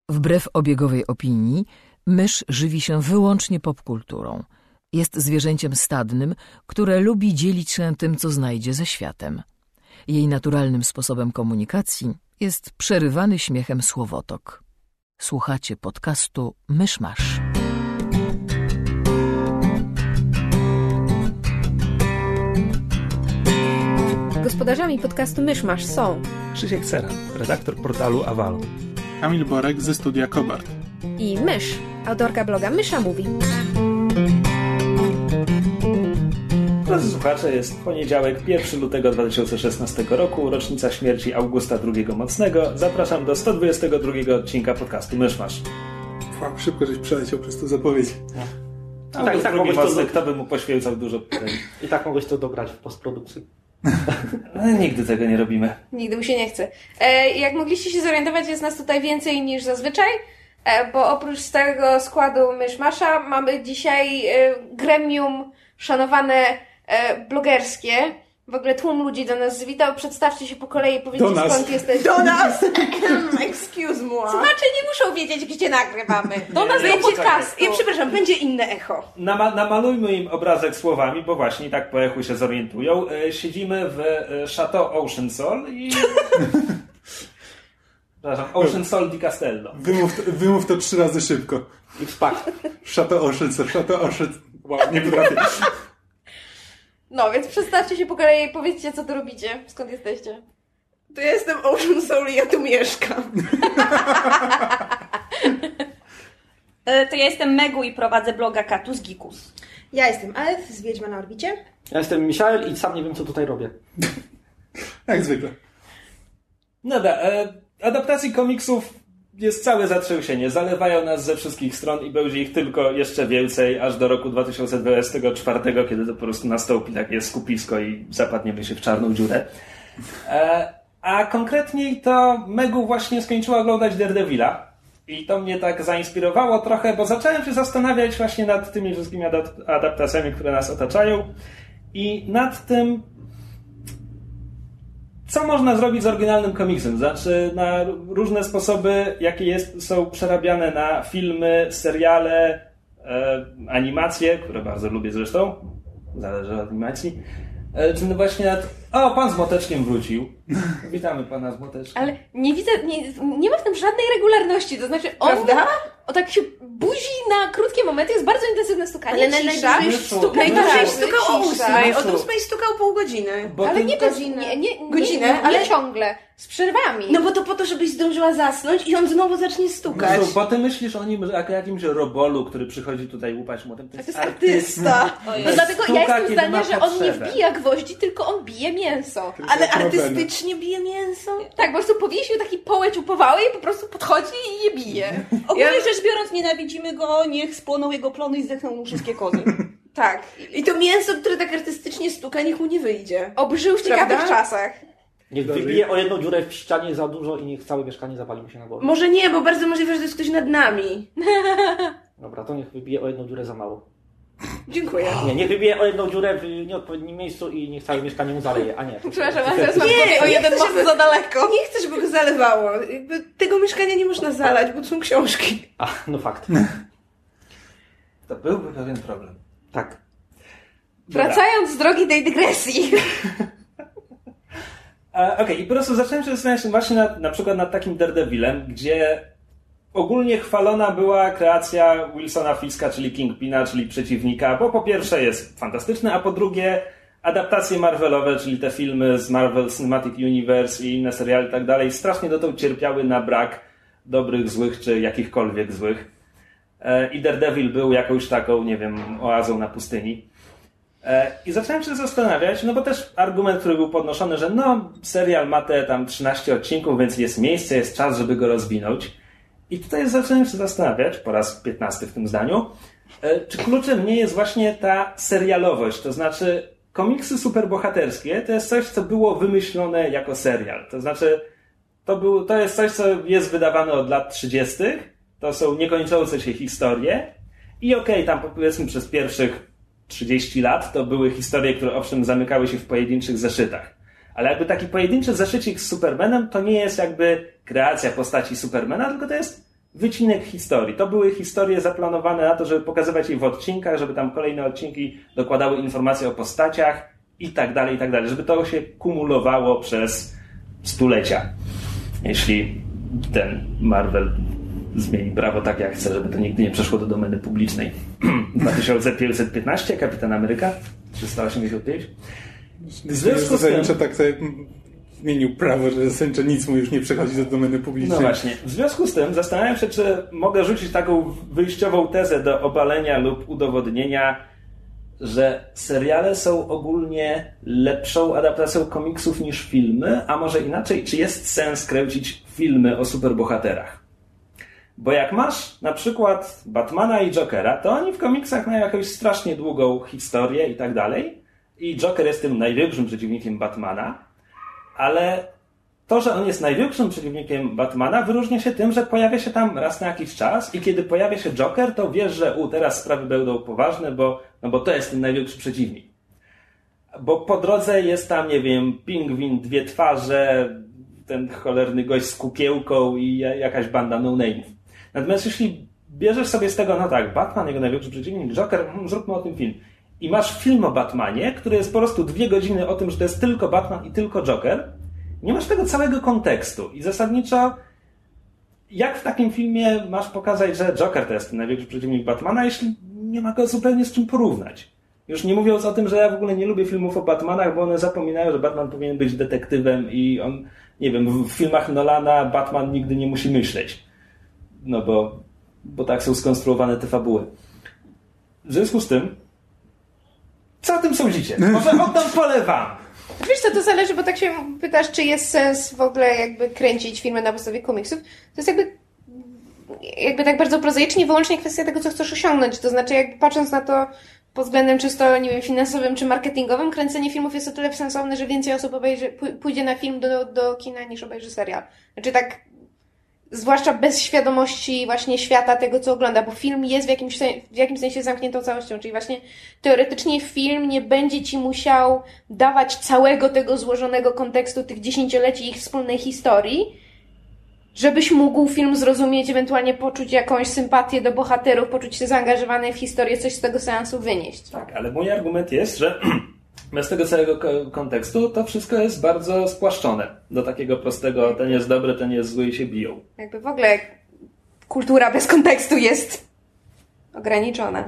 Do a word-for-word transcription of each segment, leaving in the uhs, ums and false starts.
Wbrew obiegowej opinii, mysz żywi się wyłącznie popkulturą. Jest zwierzęciem stadnym, które lubi dzielić się tym, co znajdzie ze światem. Jej naturalnym sposobem komunikacji jest przerywany śmiechem słowotok. Słuchacie podcastu Myszmasz. Gospodarzami podcastu Myszmasz są Krzysiek Sera, redaktor portalu Avalon, Kamil Borek ze studia Kobart i Mysz, autorka bloga Mysza Mówi. Drodzy słuchacze, jest poniedziałek, pierwszego lutego dwa tysiące szesnastego roku, rocznica śmierci Augusta drugiego Mocnego. Zapraszam do sto dwudziestego drugiego odcinka podcastu Myszmasz. Wow, szybko żeś przeleciał przez tę zapowiedź. No. A tak, i tak drugi Mocny, do... kto by mu poświęcał dużo pytań. I tak mogłeś to dobrać w postprodukcji. Ale nigdy tego nie robimy. Nigdy mu się nie chce. E, jak mogliście się zorientować, jest nas tutaj więcej niż zazwyczaj, e, bo oprócz stałego składu Myszmasza mamy dzisiaj e, gremium szanowane e, blogerskie. W ogóle tłum ludzi do nas zawitał. Przedstawcie się po kolei, powiedzcie skąd jesteście. Do nas! Excuse me. Słuchacze nie muszą wiedzieć, gdzie nagrywamy. Do nas do podcastu. I przepraszam, będzie inne echo. Nama- namalujmy im obrazek słowami, bo właśnie i tak po echu się zorientują. E, siedzimy w e, Chateau Ocean Sol i... Przepraszam, Ocean Sol di Castello. Wymów to, wymów to trzy razy szybko. I wspak. Chateau Ocean Sol, Chateau Ocean... Wow, nie potrafię. No, więc przedstawcie się po kolei i powiedzcie, co tu robicie. Skąd jesteście? To ja jestem Ocean Soul i ja tu mieszkam. To ja jestem Megu i prowadzę bloga Katus Gikus. Ja jestem Elf z Wiedźma na orbicie. Ja jestem Michael i sam nie wiem, co tutaj robię. Jak zwykle. Dobra, e, adaptacji komiksów jest całe zatrzęsienie. Zalewają nas ze wszystkich stron i będzie ich tylko jeszcze więcej, aż do roku dwa tysiące dwudziestego czwartego, kiedy to po prostu nastąpi takie skupisko i zapadniemy się w czarną dziurę. E, a konkretniej to Megu właśnie skończyła oglądać Daredevila i to mnie tak zainspirowało trochę, bo zacząłem się zastanawiać właśnie nad tymi wszystkimi adap- adaptacjami, które nas otaczają i nad tym, co można zrobić z oryginalnym komiksem? Znaczy na różne sposoby, jakie jest, są przerabiane na filmy, seriale, e, animacje, które bardzo lubię zresztą. Zależy od animacji. E, czy właśnie nad... O, pan z młoteczkiem wrócił. Witamy pana z młoteczkiem. Ale nie widzę, nie, nie ma w tym żadnej regularności. To znaczy on Prawda? o tak się buzi na krótkie momenty, jest bardzo intensywne stukanie. Ale cisza. najdłużej Myszu, najdłużej Myszu, stukał o ósmej. Od Myszu. ósmej stukał pół godziny. Bo Ale ty- nie, bez, godzinę. nie, nie, nie, Godzinę, nie, ale- nie ciągle. Z przerwami. No bo to po to, żebyś zdążyła zasnąć i on znowu zacznie stukać. Myszu, bo ty myślisz o nim jako jakimś robolu, który przychodzi tutaj łupać młotem. To To jest, jest artysta. No dlatego Stuka, ja jestem kiedy zdania, ma że on nie potrzebę. wbija gwoździ, tylko on bije mięso. Ale artystycznie bije mięso. Tak, po prostu powiesił taki połeć upowały i po prostu podchodzi i je bije. Ogólnie Ja- rzecz biorąc, nienawidzimy go, niech spłoną jego plony i zdechną mu wszystkie kozy. Tak. I to mięso, które tak artystycznie stuka, niech mu nie wyjdzie. Obrzył w ciekawych Prawda? czasach. Niech wybije o jedną dziurę w ścianie za dużo i niech całe mieszkanie zawali mu się na głowę. Może nie, bo bardzo możliwe, że to jest ktoś nad nami. Dobra, to niech wybije o jedną dziurę za mało. Dziękuję. Nie, niech wybije o jedną dziurę w nieodpowiednim miejscu i niech całe mieszkanie mu zaleje, a nie. Przepraszam, ale teraz mam Nie, powiem o nie jeden chcę, most żeby- za daleko. Nie chcę, żeby go zalewało. Jakby tego mieszkania nie można zalać, bo to są książki. A, no fakt. To byłby pewien problem. Tak. Dobra. Wracając z drogi tej dygresji. E, Okej, okay. I po prostu zacząłem się zastanawiać właśnie nad, na przykład nad takim Daredevilem, gdzie ogólnie chwalona była kreacja Wilsona Fiska, czyli Kingpina, czyli przeciwnika, bo po pierwsze jest fantastyczny, a po drugie adaptacje Marvelowe, czyli te filmy z Marvel Cinematic Universe i inne seriale i tak dalej, strasznie dotąd cierpiały na brak dobrych, złych czy jakichkolwiek złych. E, I Daredevil był jakąś taką, nie wiem, oazą na pustyni. I zacząłem się zastanawiać, no bo też argument, który był podnoszony, że no, serial ma te tam trzynaście odcinków, więc jest miejsce, jest czas, żeby go rozwinąć. I tutaj zacząłem się zastanawiać, po raz piętnasty w tym zdaniu, czy kluczem nie jest właśnie ta serialowość, to znaczy komiksy superbohaterskie to jest coś, co było wymyślone jako serial. To znaczy, to, był, to jest coś, co jest wydawane od lat trzydziestych, to są niekończące się historie i okej, okay, tam powiedzmy przez pierwszych trzydzieści lat to były historie, które owszem zamykały się w pojedynczych zeszytach. Ale jakby taki pojedynczy zeszycik z Supermanem to nie jest jakby kreacja postaci Supermana, tylko to jest wycinek historii. To były historie zaplanowane na to, żeby pokazywać je w odcinkach, żeby tam kolejne odcinki dokładały informacje o postaciach i tak dalej, i tak dalej. Żeby to się kumulowało przez stulecia. Jeśli ten Marvel zmieni prawo tak jak chce, żeby to nigdy nie przeszło do domeny publicznej. dwa tysiące pięćset piętnaście, Kapitan Ameryka, trzysta osiemdziesiąt pięć. W związku z tym... tak sobie zmienił prawo, że zasadniczo nic mu już nie przechodzi do domeny publicznej. No właśnie. W związku z tym zastanawiam się, czy mogę rzucić taką wyjściową tezę do obalenia lub udowodnienia, że seriale są ogólnie lepszą adaptacją komiksów niż filmy, a może inaczej, czy jest sens kręcić filmy o superbohaterach? Bo jak masz na przykład Batmana i Jokera, to oni w komiksach mają jakąś strasznie długą historię i tak dalej. I Joker jest tym największym przeciwnikiem Batmana, ale to, że on jest największym przeciwnikiem Batmana, wyróżnia się tym, że pojawia się tam raz na jakiś czas i kiedy pojawia się Joker, to wiesz, że u, teraz sprawy będą poważne, bo, no bo to jest ten największy przeciwnik. Bo po drodze jest tam, nie wiem, pingwin, dwie twarze, ten cholerny gość z kukiełką i jakaś banda no-name'ów. Natomiast jeśli bierzesz sobie z tego, no tak, Batman, jego największy przeciwnik, Joker, hmm, zróbmy o tym film. I masz film o Batmanie, który jest po prostu dwie godziny o tym, że to jest tylko Batman i tylko Joker. Nie masz tego całego kontekstu. I zasadniczo, jak w takim filmie masz pokazać, że Joker to jest ten największy przeciwnik Batmana, jeśli nie ma go zupełnie z czym porównać? Już nie mówiąc o tym, że ja w ogóle nie lubię filmów o Batmanach, bo one zapominają, że Batman powinien być detektywem i on, nie wiem, w filmach Nolana Batman nigdy nie musi myśleć. No bo, bo tak są skonstruowane te fabuły. W związku z tym, co o tym sądzicie? Może oddam pole wam. Wiesz co, to zależy, bo tak się pytasz, czy jest sens w ogóle jakby kręcić filmy na podstawie komiksów. To jest jakby jakby tak bardzo prozaicznie wyłącznie kwestia tego, co chcesz osiągnąć. To znaczy, jakby patrząc na to pod względem czysto, nie wiem, finansowym czy marketingowym, kręcenie filmów jest o tyle sensowne, że więcej osób obejrzy, pójdzie na film do, do kina niż obejrzy serial. Znaczy tak, zwłaszcza bez świadomości właśnie świata tego, co ogląda, bo film jest w jakimś, w jakimś sensie zamkniętą całością, czyli właśnie teoretycznie film nie będzie ci musiał dawać całego tego złożonego kontekstu tych dziesięcioleci ich wspólnej historii, żebyś mógł film zrozumieć, ewentualnie poczuć jakąś sympatię do bohaterów, poczuć się zaangażowany w historię, coś z tego seansu wynieść. Tak, ale mój argument jest, że bez tego całego kontekstu to wszystko jest bardzo spłaszczone do takiego prostego, ten jest dobry, ten jest zły i się biją. Jakby w ogóle kultura bez kontekstu jest ograniczona.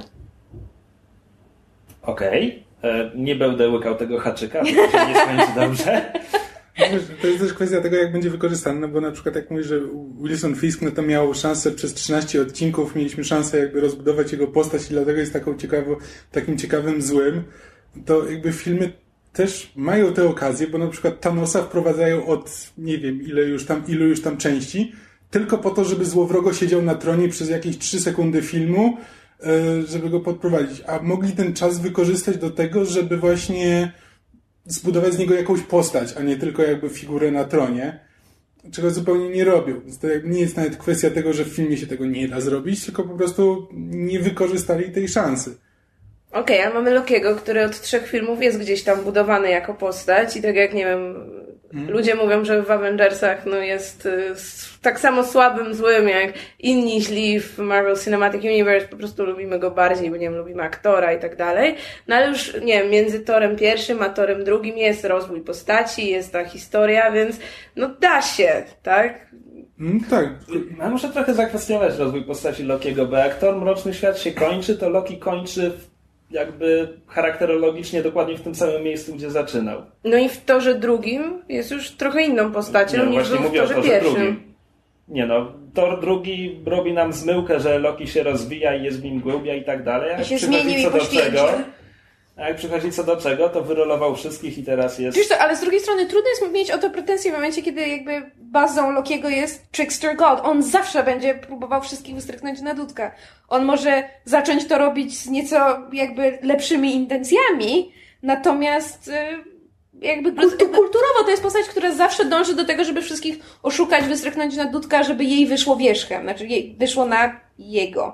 Okej, okay. Nie będę łykał tego haczyka, bo się nie skończy dobrze. To jest też kwestia tego, jak będzie wykorzystane, no bo na przykład jak mówisz, że Wilson Fisk no to miał szansę przez trzynaście odcinków, mieliśmy szansę jakby rozbudować jego postać i dlatego jest taką ciekawą, takim ciekawym złym, to jakby filmy też mają tę okazję, bo na przykład Thanosa wprowadzają od nie wiem ile już tam, ilu już tam części, tylko po to, żeby złowrogo siedział na tronie przez jakieś trzy sekundy filmu, żeby go podprowadzić. A mogli ten czas wykorzystać do tego, żeby właśnie zbudować z niego jakąś postać, a nie tylko jakby figurę na tronie, czego zupełnie nie robią. Więc to nie jest nawet kwestia tego, że w filmie się tego nie da zrobić, tylko po prostu nie wykorzystali tej szansy. Okej, okay, a mamy Lokiego, który od trzech filmów jest gdzieś tam budowany jako postać i tak jak, nie wiem, hmm. ludzie mówią, że w Avengersach no jest y, tak samo słabym, złym jak inni źli w Marvel Cinematic Universe, po prostu lubimy go bardziej, bo nie wiem, lubimy aktora i tak dalej. No ale już, nie wiem, między Torem pierwszym a Torem drugim jest rozwój postaci, jest ta historia, więc no da się, tak? Mm, tak. Ja muszę trochę zakwestionować rozwój postaci Lokiego, bo jak Thor Mroczny Świat się kończy, to Loki kończy w jakby charakterologicznie dokładnie w tym samym miejscu, gdzie zaczynał. No i w Torze drugim jest już trochę inną postacią no, niż był w Torze Torze pierwszym. Drugim. Nie no, Thor drugi robi nam zmyłkę, że Loki się rozwija i jest w nim głębia i tak dalej. I się zmienił i poświęcił. A jak przychodzi co do czego, to wyrolował wszystkich i teraz jest... Wiesz co, ale z drugiej strony trudno jest mieć o to pretensje w momencie, kiedy jakby bazą Lokiego jest Trickster God. On zawsze będzie próbował wszystkich wystryknąć na dudka. On może zacząć to robić z nieco jakby lepszymi intencjami, natomiast jakby kultu- kulturowo to jest postać, która zawsze dąży do tego, żeby wszystkich oszukać, wystryknąć na dudka, żeby jej wyszło wierzchem. Znaczy jej wyszło na jego.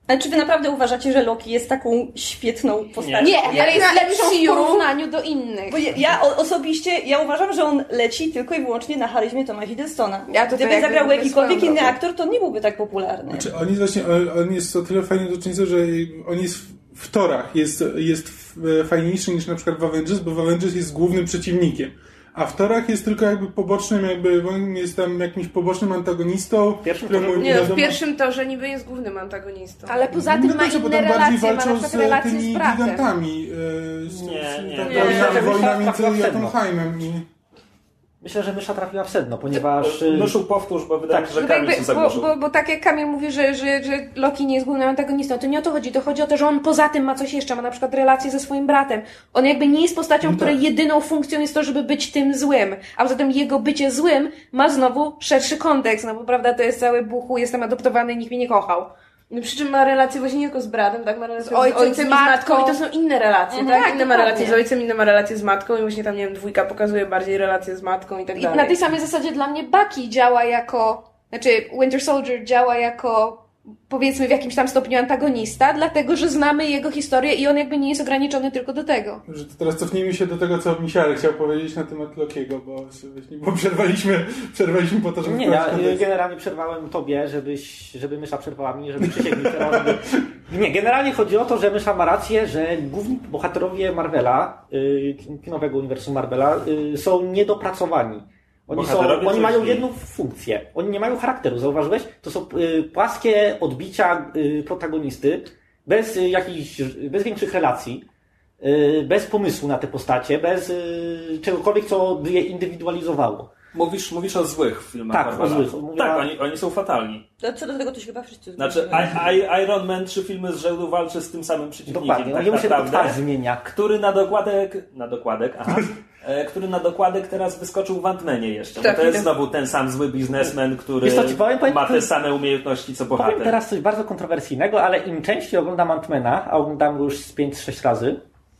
Ale czy wy naprawdę uważacie, że Loki jest taką świetną postacią? Nie, ale jest na lepszą M C U w porównaniu do innych. Bo ja, ja o, osobiście, ja uważam, że on leci tylko i wyłącznie na charyzmie Toma Hiddlestona. Ja to Gdyby tak zagrał jakby jakikolwiek swoją inny drogą. aktor, to nie byłby tak popularny. Znaczy, on jest właśnie, on jest o tyle fajny do czyńca, że on jest w, w torach, jest, jest fajniejszy niż na przykład w Avengers, bo w Avengers jest głównym przeciwnikiem. A w torach jest tylko jakby pobocznym, jakby on jest tam jakimś pobocznym antagonistą, któremu Nie no, w wiadomo... pierwszym torze niby jest głównym antagonistą. Ale poza tym No ma dobrze, bo inne tam bardziej relacje, ma na walczą przykład z relacje tymi z bratem. gigantami. e, Z, Nie, z, nie. ta Nie, wojna, myślę, że wojna Mysza między trafiła w sedno. Jotunheimem i... Myślę, że mysza trafiła w sedno, ponieważ... y, Myszu, powtórz, bo wydaje mi się, że No Kamil jakby, się bo, zagłuszył. bo, bo tak jak Kamil mówi, że, że, że Loki nie jest głównym antagonistą, to nie o to chodzi. To chodzi o to, że on poza tym ma coś jeszcze, ma na przykład relacje ze swoim bratem. On jakby nie jest postacią, No której tak. jedyną funkcją jest to, żeby być tym złym. A poza tym jego bycie złym ma znowu szerszy kontekst, no bo prawda, to jest cały buchu, jestem adoptowany i nikt mnie nie kochał. No przy czym ma relację właśnie nie tylko z bratem, tak? Ma relację z ojcem, ojcem, z i z matką matką. i to są inne relacje, Mhm, tak? tak, Inne ma dokładnie. relacje z ojcem, inne ma relacje z matką i właśnie tam, nie wiem, dwójka pokazuje bardziej relacje z matką i tak I dalej. na tej samej zasadzie dla mnie Bucky działa jako, znaczy Winter Soldier działa jako, powiedzmy w jakimś tam stopniu antagonista, dlatego, że znamy jego historię i on jakby nie jest ograniczony tylko do tego. Że to teraz cofnijmy się do tego, co Misiarek chciał powiedzieć na temat Lokiego, bo, bo przerwaliśmy, przerwaliśmy po to, żeby... Nie, ja wprowadzić y, kontekst. generalnie przerwałem tobie, żebyś, żeby mysza przerwała mi, żeby Krzysiek mi przerwał. Żeby... Nie, generalnie chodzi o to, że mysza ma rację, że główni bohaterowie Marvela, y, kinowego uniwersum Marvela, y, są niedopracowani. Oni, są, Bohaterowie oni coś mają nie- jedną funkcję. Oni nie mają charakteru, zauważyłeś? To są y, płaskie odbicia y, protagonisty, bez y, jakichś, bez większych relacji, y, bez pomysłu na te postacie, bez y, czegokolwiek, co by je indywidualizowało. Mówisz, mówisz o złych filmach Tak, Marvela. o złych. Mówię Tak, o- oni, oni są fatalni. To co do tego to się chyba wszyscy Znaczy, zgodzimy. I, I, Iron Man trzy filmy z rzędu walczy z tym samym przeciwnikiem, Dokładnie, tak on jemu się tylko naprawdę, twarz zmienia. który na dokładek, na dokładek, aha, e, który na dokładek teraz wyskoczył w Ant-Manie jeszcze. Tak, bo to jest tak. znowu ten sam zły biznesmen, który Wiesz co ci powiem? Powiem- ma te same umiejętności co Powiem bohater. teraz coś bardzo kontrowersyjnego, ale im częściej oglądam Ant-Mana, a oglądam go już z pięć sześć razy,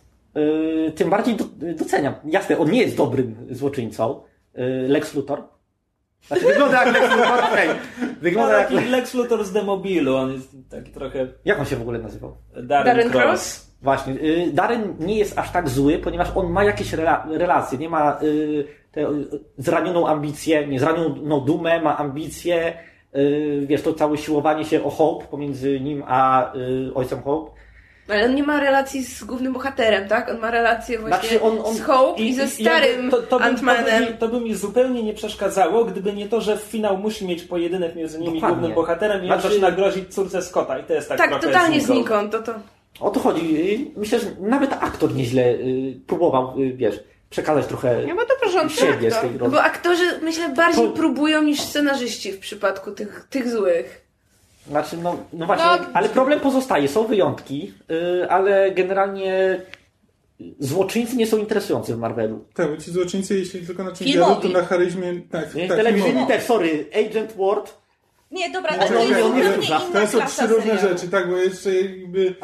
yy, tym bardziej do, doceniam. Jasne, on nie jest dobrym złoczyńcą. Yy, Lex Luthor. Znaczy, wygląda jak Lex Luthor, okej. No, Wygląda jak... taki Lex Luthor z Demobilu, on jest taki trochę Jak on się w ogóle nazywał? Darren, Darren Cross. Cross? Właśnie. Yy, Darren nie jest aż tak zły, ponieważ on ma jakieś rela- relacje. Nie ma yy, tę yy, zranioną ambicję, nie zranioną dumę, ma ambicję. Yy, wiesz, to całe siłowanie się o Hope pomiędzy nim a yy, ojcem Hope. Ale on nie ma relacji z głównym bohaterem, tak? On ma relację właśnie Znaczy, on- on- z Hope i, ze starym jakby to, to, by, to, by Ant-Manem. mi, to by mi zupełnie nie przeszkadzało, gdyby nie to, że w finał musi mieć pojedynek między nimi Dokładnie. głównym bohaterem i on Znaczy- zaczyna grozić córce Scotta i to jest tak, Tak, trochę totalnie znikąd. znikąd, to to. O to chodzi. Myślę, że nawet aktor nieźle y, próbował, y, wiesz, przekazać trochę Nie ma to porządku. siebie z aktor. tej No roli. bo aktorzy, myślę, bardziej To- próbują niż scenarzyści w przypadku tych, tych złych. Znaczy, no, no właśnie, No. ale problem pozostaje, są wyjątki, y, ale generalnie złoczyńcy nie są interesujący w Marvelu. Tak, bo ci złoczyńcy, jeśli tylko na czymś Filmowi. działają, to na charyzmie... Tak, Nie, tak, telewizyjny filmowi. też, sorry, Agent Ward. Nie, dobra, Nie, ale to czekaj, jest nie, zupełnie nie, inna to są klasa trzy różne serialu. rzeczy, tak, bo jeszcze jakby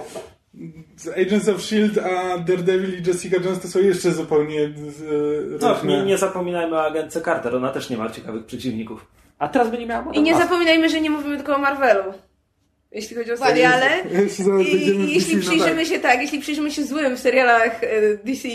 z Agents of Shield a Daredevil i Jessica Jones to są jeszcze zupełnie z, No, różne. nie, nie zapominajmy o agentce Carter, ona też nie ma ciekawych przeciwników. A teraz będzie miała I nie Marvel. zapominajmy, że nie mówimy tylko o Marvelu. Jeśli chodzi o seriale. Jeszcze zaraz I, dojdziemy i w jeśli D C, no przyjrzymy tak. się tak, jeśli przyjrzymy się złym w serialach e, D C,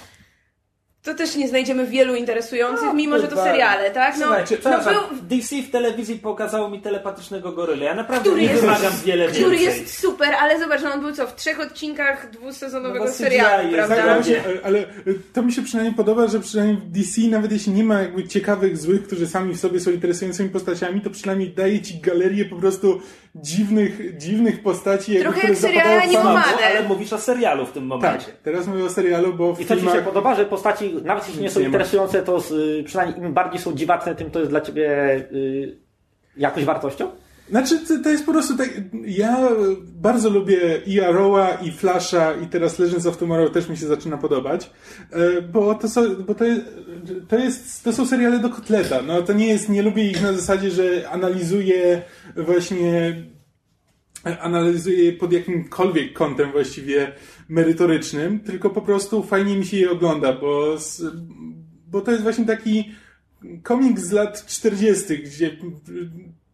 to też nie znajdziemy wielu interesujących, No, mimo że to kurwa. seriale, tak? No, Słuchajcie, no przepraszam, był, D C w telewizji pokazało mi telepatycznego gorylę. Ja naprawdę Który nie jest- wymagam wiele który więcej. jest super, ale zobacz, no on był co, w trzech odcinkach dwusezonowego No bo C G I serialu, jest prawda? Tak, ale, Prawda? właśnie, ale to mi się przynajmniej podoba, że przynajmniej w D C, nawet jeśli nie ma jakby ciekawych złych, którzy sami w sobie są interesującymi postaciami, to przynajmniej daje ci galerię po prostu dziwnych, dziwnych postaci, jakby, Trochę które jak seriale zapadają w sam- animowane. No, ale mówisz o serialu w tym momencie. Tak, teraz mówię o serialu, bo w I co ci się filmach... podoba, że postaci, nawet jeśli nie są Nie ma. interesujące, to y, przynajmniej im bardziej są dziwaczne, tym to jest dla ciebie y, jakąś wartością? Znaczy, to, to jest po prostu tak... Ja bardzo lubię i Arrowa, i Flasha, i teraz Legends of Tomorrow też mi się zaczyna podobać, e, bo to są, bo to, to jest, to są seriale do kotleta. No to nie jest, nie lubię ich na zasadzie, że analizuję właśnie, analizuję je pod jakimkolwiek kątem właściwie merytorycznym, tylko po prostu fajnie mi się je ogląda, bo, z, bo to jest właśnie taki komik z lat czterdziestych, gdzie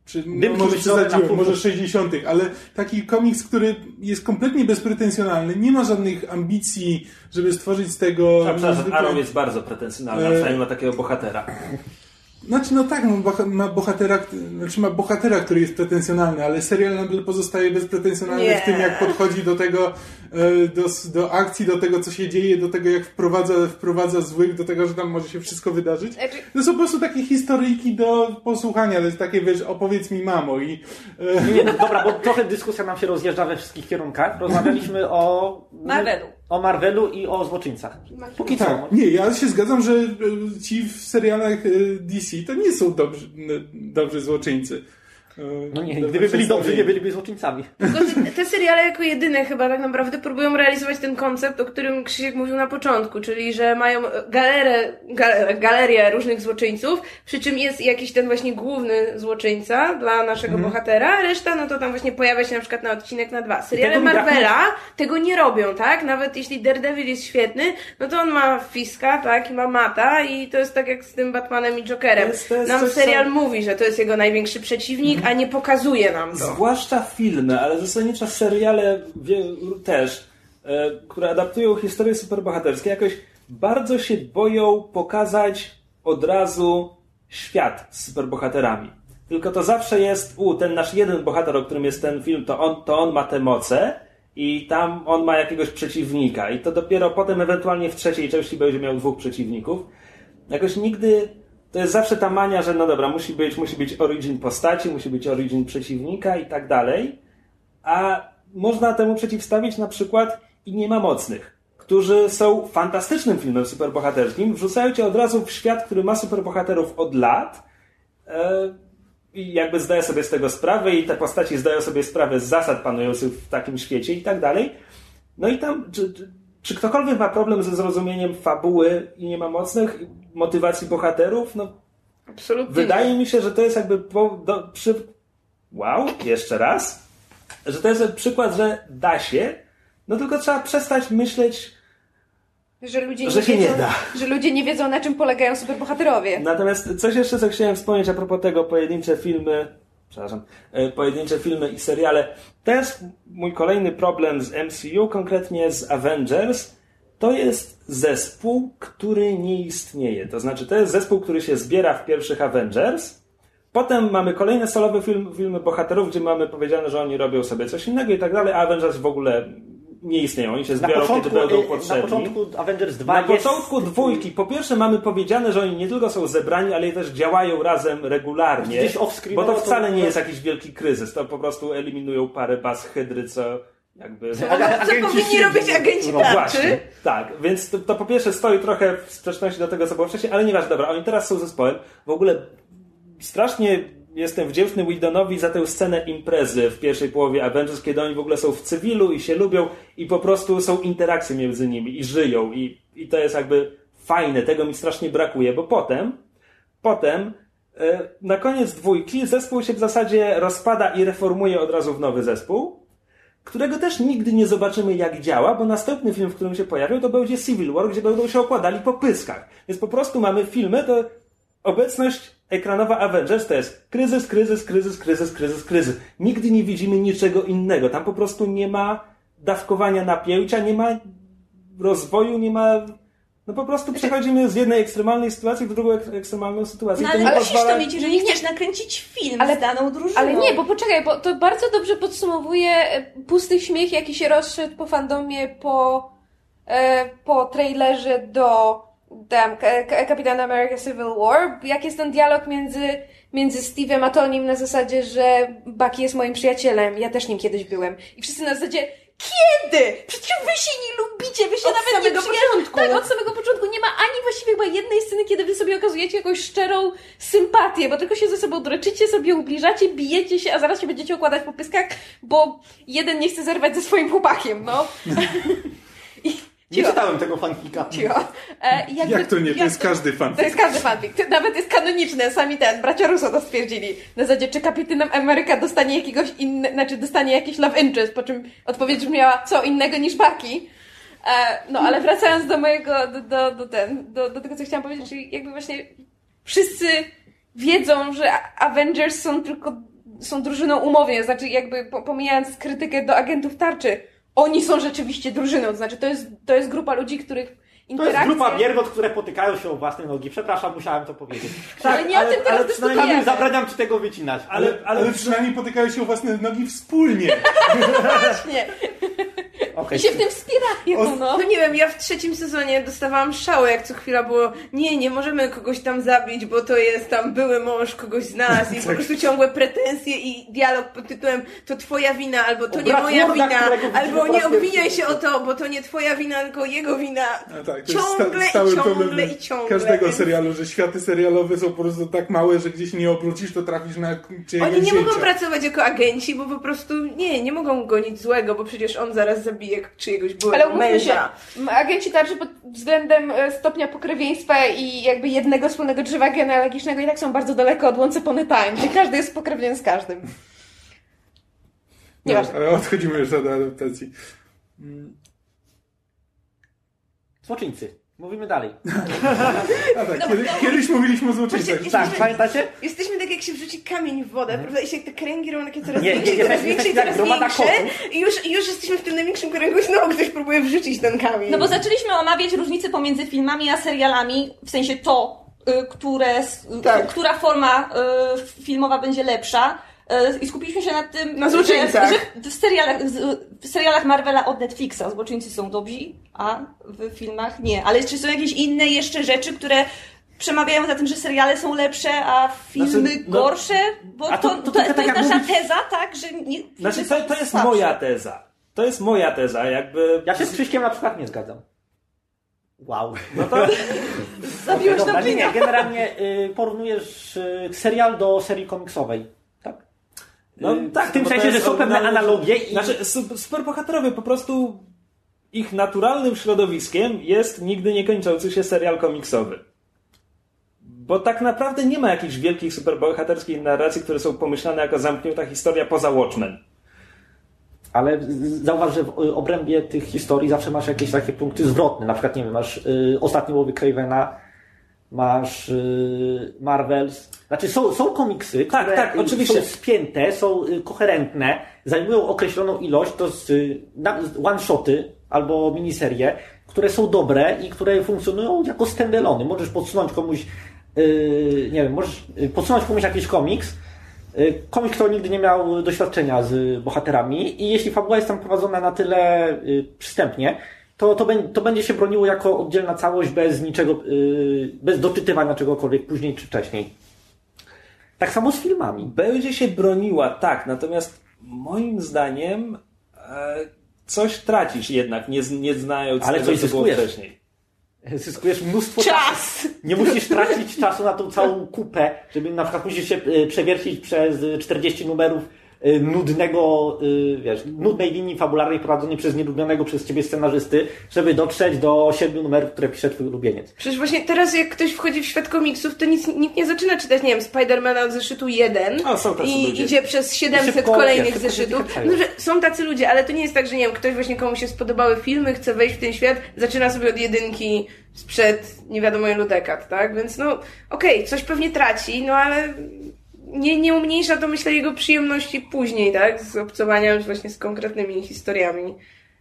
Czy, no, może przesadziłem, może sześćdziesiątych, ale taki komiks, który jest kompletnie bezpretensjonalny, nie ma żadnych ambicji, żeby stworzyć z tego... A przepraszam, Arrow jest bardzo pretensjonalny, a przynajmniej ma takiego bohatera. Znaczy, no tak, no, ma bohatera, znaczy ma bohatera, który jest pretensjonalny, ale serial nadal pozostaje bezpretensjonalny nie. w tym, jak podchodzi do tego, do, do akcji, do tego, co się dzieje, do tego, jak wprowadza, wprowadza złych, do tego, że tam może się wszystko wydarzyć. To są po prostu takie historyjki do posłuchania, to jest takie, wiesz, opowiedz mi mamo i... Nie, no, dobra, bo trochę dyskusja nam się rozjeżdża we wszystkich kierunkach. Rozmawialiśmy o... Marvelu. O Marvelu i o złoczyńcach. Póki co. Tak, nie, ja się zgadzam, że ci w serialach D C to nie są dobrzy, dobrzy złoczyńcy. No nie, gdyby byli dobrzy, nie byliby złoczyńcami. Te, te seriale jako jedyne chyba tak naprawdę próbują realizować ten koncept, o którym Krzysiek mówił na początku, czyli że mają galerę, galerę, galerię różnych złoczyńców, przy czym jest jakiś ten właśnie główny złoczyńca dla naszego mm. bohatera, a reszta no to tam właśnie pojawia się na przykład na odcinek na dwa. Seriale Marvela tego nie robią, tak? Nawet jeśli Daredevil jest świetny, no to on ma Fiska, tak? I ma Mata i to jest tak jak z tym Batmanem i Jokerem. To jest, to jest Nam serial co... mówi, że to jest jego największy przeciwnik, a nie pokazuje nam to. Zwłaszcza filmy, ale zasadniczo seriale też, e, które adaptują historie superbohaterskie, jakoś bardzo się boją pokazać od razu świat z superbohaterami. Tylko to zawsze jest, u, ten nasz jeden bohater, o którym jest ten film, to on, to on ma te moce i tam on ma jakiegoś przeciwnika. I to dopiero potem ewentualnie w trzeciej części będzie miał dwóch przeciwników. Jakoś nigdy... To jest zawsze ta mania, że no dobra, musi być, musi być origin postaci, musi być origin przeciwnika i tak dalej. A można temu przeciwstawić na przykład I nie ma mocnych, którzy są fantastycznym filmem superbohaterskim, wrzucają cię od razu w świat, który ma superbohaterów od lat yy, i jakby zdaje sobie z tego sprawę i te postaci zdają sobie sprawę z zasad panujących w takim świecie i tak dalej. No i tam... Czy, czy, Czy ktokolwiek ma problem ze zrozumieniem fabuły I nie ma mocnych, motywacji bohaterów? No, absolutnie. Wydaje mi się, że to jest jakby po, do, przy... Wow, jeszcze raz. Że to jest przykład, że da się, no tylko trzeba przestać myśleć, że, ludzie że nie się wiedzą, nie da. Że ludzie nie wiedzą, na czym polegają superbohaterowie. Natomiast coś jeszcze, co chciałem wspomnieć a propos tego, pojedyncze filmy, przepraszam, pojedyncze filmy i seriale. To jest mój kolejny problem z M C U, konkretnie z Avengers. To jest zespół, który nie istnieje. To znaczy, to jest zespół, który się zbiera w pierwszych Avengers. Potem mamy kolejne solowe film, filmy bohaterów, gdzie mamy powiedziane, że oni robią sobie coś innego i tak dalej, a Avengers w ogóle nie istnieją. Oni się zbiorą, początku, kiedy będą potrzebni. Na początku Avengers dwa Na jest... początku dwójki. Po pierwsze mamy powiedziane, że oni nie tylko są zebrani, ale też działają razem regularnie. Bo to wcale nie jest jakiś wielki kryzys. To po prostu eliminują parę baz hydry, co jakby... Co, co powinni robić agenci no, właśnie, tak. Więc to, to po pierwsze stoi trochę w sprzeczności do tego, co było wcześniej, ale nieważne. Dobra, oni teraz są zespołem. W ogóle strasznie... Jestem wdzięczny Whedonowi za tę scenę imprezy w pierwszej połowie Avengers, kiedy oni w ogóle są w cywilu i się lubią i po prostu są interakcje między nimi i żyją i, i to jest jakby fajne, tego mi strasznie brakuje, bo potem potem yy, na koniec dwójki zespół się w zasadzie rozpada i reformuje od razu w nowy zespół, którego też nigdy nie zobaczymy jak działa, bo następny film, w którym się pojawią, to będzie Civil War, gdzie będą się okładali po pyskach. Więc po prostu mamy filmy, to obecność ekranowa Avengers to jest kryzys, kryzys, kryzys, kryzys, kryzys, kryzys. Nigdy nie widzimy niczego innego. Tam po prostu nie ma dawkowania napięcia, nie ma rozwoju, nie ma... No po prostu przechodzimy z jednej ekstremalnej sytuacji w drugą ek- ekstremalną sytuację. No, ale to nie musisz pozwala... to mieć, jeżeli chcesz nakręcić film ale, z daną drużyną. Ale nie, bo poczekaj, bo to bardzo dobrze podsumowuje pusty śmiech, jaki się rozszedł po fandomie, po, e, po trailerze do tam, Kapitan America Civil War. Jak jest ten dialog między, między Steve'em a Tonym na zasadzie, że Bucky jest moim przyjacielem, ja też nim kiedyś byłem. I wszyscy na zasadzie, kiedy? Przecież wy się nie lubicie, wy się od nawet samego nie przyjaźnicie. początku. Tak, od samego początku. Nie ma ani właściwie chyba jednej sceny, kiedy wy sobie okazujecie jakąś szczerą sympatię, bo tylko się ze sobą dreczycie, sobie ubliżacie, bijecie się, a zaraz się będziecie układać po pyskach, bo jeden nie chce zerwać ze swoim chłopakiem, no. I nie czytałem tego fanfika. Cicho. E, jakby, Jak to nie? To jak, jest każdy fanfic. To jest każdy fanfic. To nawet jest kanoniczne. Sami ten, bracia Russo to stwierdzili. Na zasadzie, czy Kapitan Ameryka dostanie jakiegoś innego, znaczy dostanie jakiś love interest, po czym odpowiedź brzmiała, co innego niż Bucky. E, no, ale wracając do mojego, do, do, do, ten, do, do tego, co chciałam powiedzieć, czyli jakby właśnie wszyscy wiedzą, że Avengers są tylko są drużyną umownie, znaczy jakby pomijając krytykę do agentów tarczy, oni są rzeczywiście drużyną, to znaczy to jest, to jest grupa ludzi, których interakcje... To jest grupa wiergot, które potykają się o własne nogi. Przepraszam, musiałem to powiedzieć. Tak, ale nie ale, o tym teraz ale dyskutujemy. przynajmniej zabraniam ci tego wycinać. Ale, ale, ale przynajmniej potykają się o własne nogi wspólnie. Właśnie. Okay. I się w tym wspierają, no. No nie wiem, ja w trzecim sezonie dostawałam szału, jak co chwila było, nie, nie możemy kogoś tam zabić, bo to jest tam były mąż kogoś z nas i po prostu ciągłe pretensje i dialog pod tytułem to twoja wina, albo to o nie moja Morda, wina, albo nie obwiniaj się o to, bo to nie twoja wina, tylko jego wina. No tak, to ciągle jest sta- i ciągle i ciągle. Każdego serialu, że światy serialowe są po prostu tak małe, że gdzieś nie obrócisz, to trafisz na czyjegoś Oni nie zdjęcia. mogą pracować jako agenci, bo po prostu nie, nie mogą gonić złego, bo przecież on zaraz zabije czyjegoś byłego ale męża. Się, agenci tarczy pod względem stopnia pokrewieństwa i jakby jednego wspólnego drzewa genealogicznego i tak są bardzo daleko od Once Upon a Time, gdzie każdy jest pokrewniony z każdym. Nie no, ale odchodzimy już od adaptacji. Złoczyńcy. Mówimy dalej. A tak, no, kiedy, no, kiedyś mówiliśmy o złoczyńcach. Tak, pamiętacie? Jesteśmy tak jak się wrzuci kamień w wodę, prawda? I się te kręgi robią takie coraz nie, większe, nie, nie, coraz nie, większe i nie, coraz nie, większe. I już, już jesteśmy w tym największym kręgu i znowu ktoś próbuje wrzucić ten kamień. No bo zaczęliśmy omawiać różnice pomiędzy filmami a serialami, w sensie to, y, które, tak. y, która forma y, filmowa będzie lepsza. I skupiliśmy się nad tym, na złoczyńcach. Że, że w, serialach, w serialach Marvela od Netflixa złoczyńcy są dobrzy, a w filmach nie. Ale czy są jakieś inne jeszcze rzeczy, które przemawiają za tym, że seriale są lepsze, a filmy znaczy, no, gorsze? Bo to, to, to, to, to, to, to jest nasza mówić... teza, tak? Że nie, znaczy, to, to jest słabsze. Moja teza. To jest moja teza, jakby... Ja się z Krzyśkiem na przykład nie zgadzam. Wow. No to... Zabiłeś okay, nam nie, nie, generalnie y, porównujesz y, serial do serii komiksowej. No yy, tak, w tym no sensie, że są pewne analogie i... Znaczy, superbohaterowie po prostu ich naturalnym środowiskiem jest nigdy nie kończący się serial komiksowy. Bo tak naprawdę nie ma jakichś wielkich superbohaterskich narracji, które są pomyślane jako zamknięta historia poza Watchmen. Ale zauważ, że w obrębie tych historii zawsze masz jakieś takie punkty zwrotne. Na przykład, nie wiem, masz yy, Ostatni Łowy Cravena, masz yy, Marvels. Znaczy są, są komiksy, tak, które tak, oczywiście. są spięte, są yy, koherentne, zajmują określoną ilość, to jest yy, one-shoty albo miniserie, które są dobre i które funkcjonują jako stand-alone. Możesz podsunąć komuś, yy, nie wiem, możesz podsunąć komuś jakiś komiks, yy, komiks, kto nigdy nie miał doświadczenia z bohaterami i jeśli fabuła jest tam prowadzona na tyle yy, przystępnie, To, to, be, to będzie się broniło jako oddzielna całość bez niczego, yy, bez doczytywania czegokolwiek później czy wcześniej. Tak samo z filmami. Będzie się broniła, tak, natomiast moim zdaniem e, coś tracisz jednak, nie, nie znając ale tego, coś co było wcześniej. Zyskujesz mnóstwo Czas! czasu. Nie musisz tracić czasu na tą całą kupę, żeby na przykład musisz się przewiercić przez czterdzieści numerów nudnego, wiesz, nudnej linii fabularnej prowadzonej przez nielubionego przez ciebie scenarzysty, żeby dotrzeć do siedmiu numerów, które pisze twój ulubieniec. Przecież właśnie teraz jak ktoś wchodzi w świat komiksów, to nic, nikt nie zaczyna czytać, nie wiem, Spidermana od zeszytu jeden o, są tacy i ludzie. Idzie przez siedemset szybko, kolejnych ja, zeszytów. No, że są tacy ludzie, ale to nie jest tak, że nie wiem, ktoś właśnie komu się spodobały filmy, chce wejść w ten świat, zaczyna sobie od jedynki sprzed nie wiadomo ilu dekad, tak? Więc no, okej, okay, coś pewnie traci, no ale nie, nie umniejsza to, myślę, jego przyjemności później, tak? Z obcowania już właśnie z konkretnymi historiami.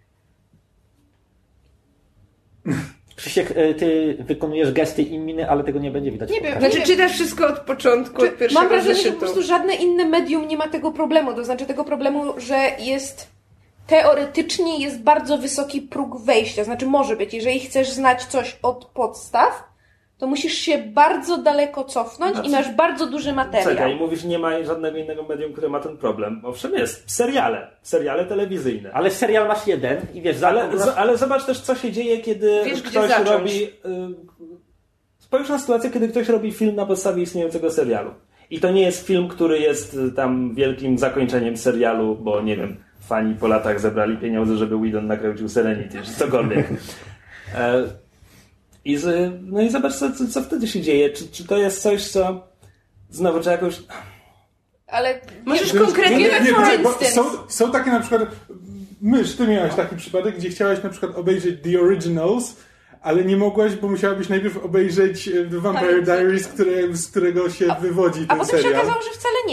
Krzysiek, ty wykonujesz gesty i miny, ale tego nie będzie widać. Nie wiem. Znaczy nie czytasz wszystko od początku, Czy, od pierwszego Mam wrażenie, zeszytu. że po prostu żadne inne medium nie ma tego problemu. To znaczy tego problemu, że jest teoretycznie jest bardzo wysoki próg wejścia. Znaczy może być, jeżeli chcesz znać coś od podstaw, to musisz się bardzo daleko cofnąć znaczy, i masz bardzo duży materiał. Czekaj, mówisz, nie ma żadnego innego medium, które ma ten problem. Owszem jest, seriale. Seriale telewizyjne. Ale serial masz jeden i wiesz... Ale, z, ale zobacz też, co się dzieje, kiedy wiesz, ktoś robi... Y, spójrz na sytuację, kiedy ktoś robi film na podstawie istniejącego serialu. I to nie jest film, który jest tam wielkim zakończeniem serialu, bo nie wiem, fani po latach zebrali pieniądze, żeby Whedon nakręcił Serenity, czy cokolwiek. e, I z, no i zobacz, co, co, co wtedy się dzieje. Czy, czy to jest coś, co znowu trzeba jakoś... Ale możesz konkretnie... Nie, nie, nie, bo są, są takie na przykład... Mysz, ty miałeś taki przypadek, gdzie chciałaś na przykład obejrzeć The Originals, ale nie mogłaś, bo musiałabyś najpierw obejrzeć The Vampire Diaries, które, z którego się a, wywodzi ten serial. A potem serial. się okazało, że wcale nie.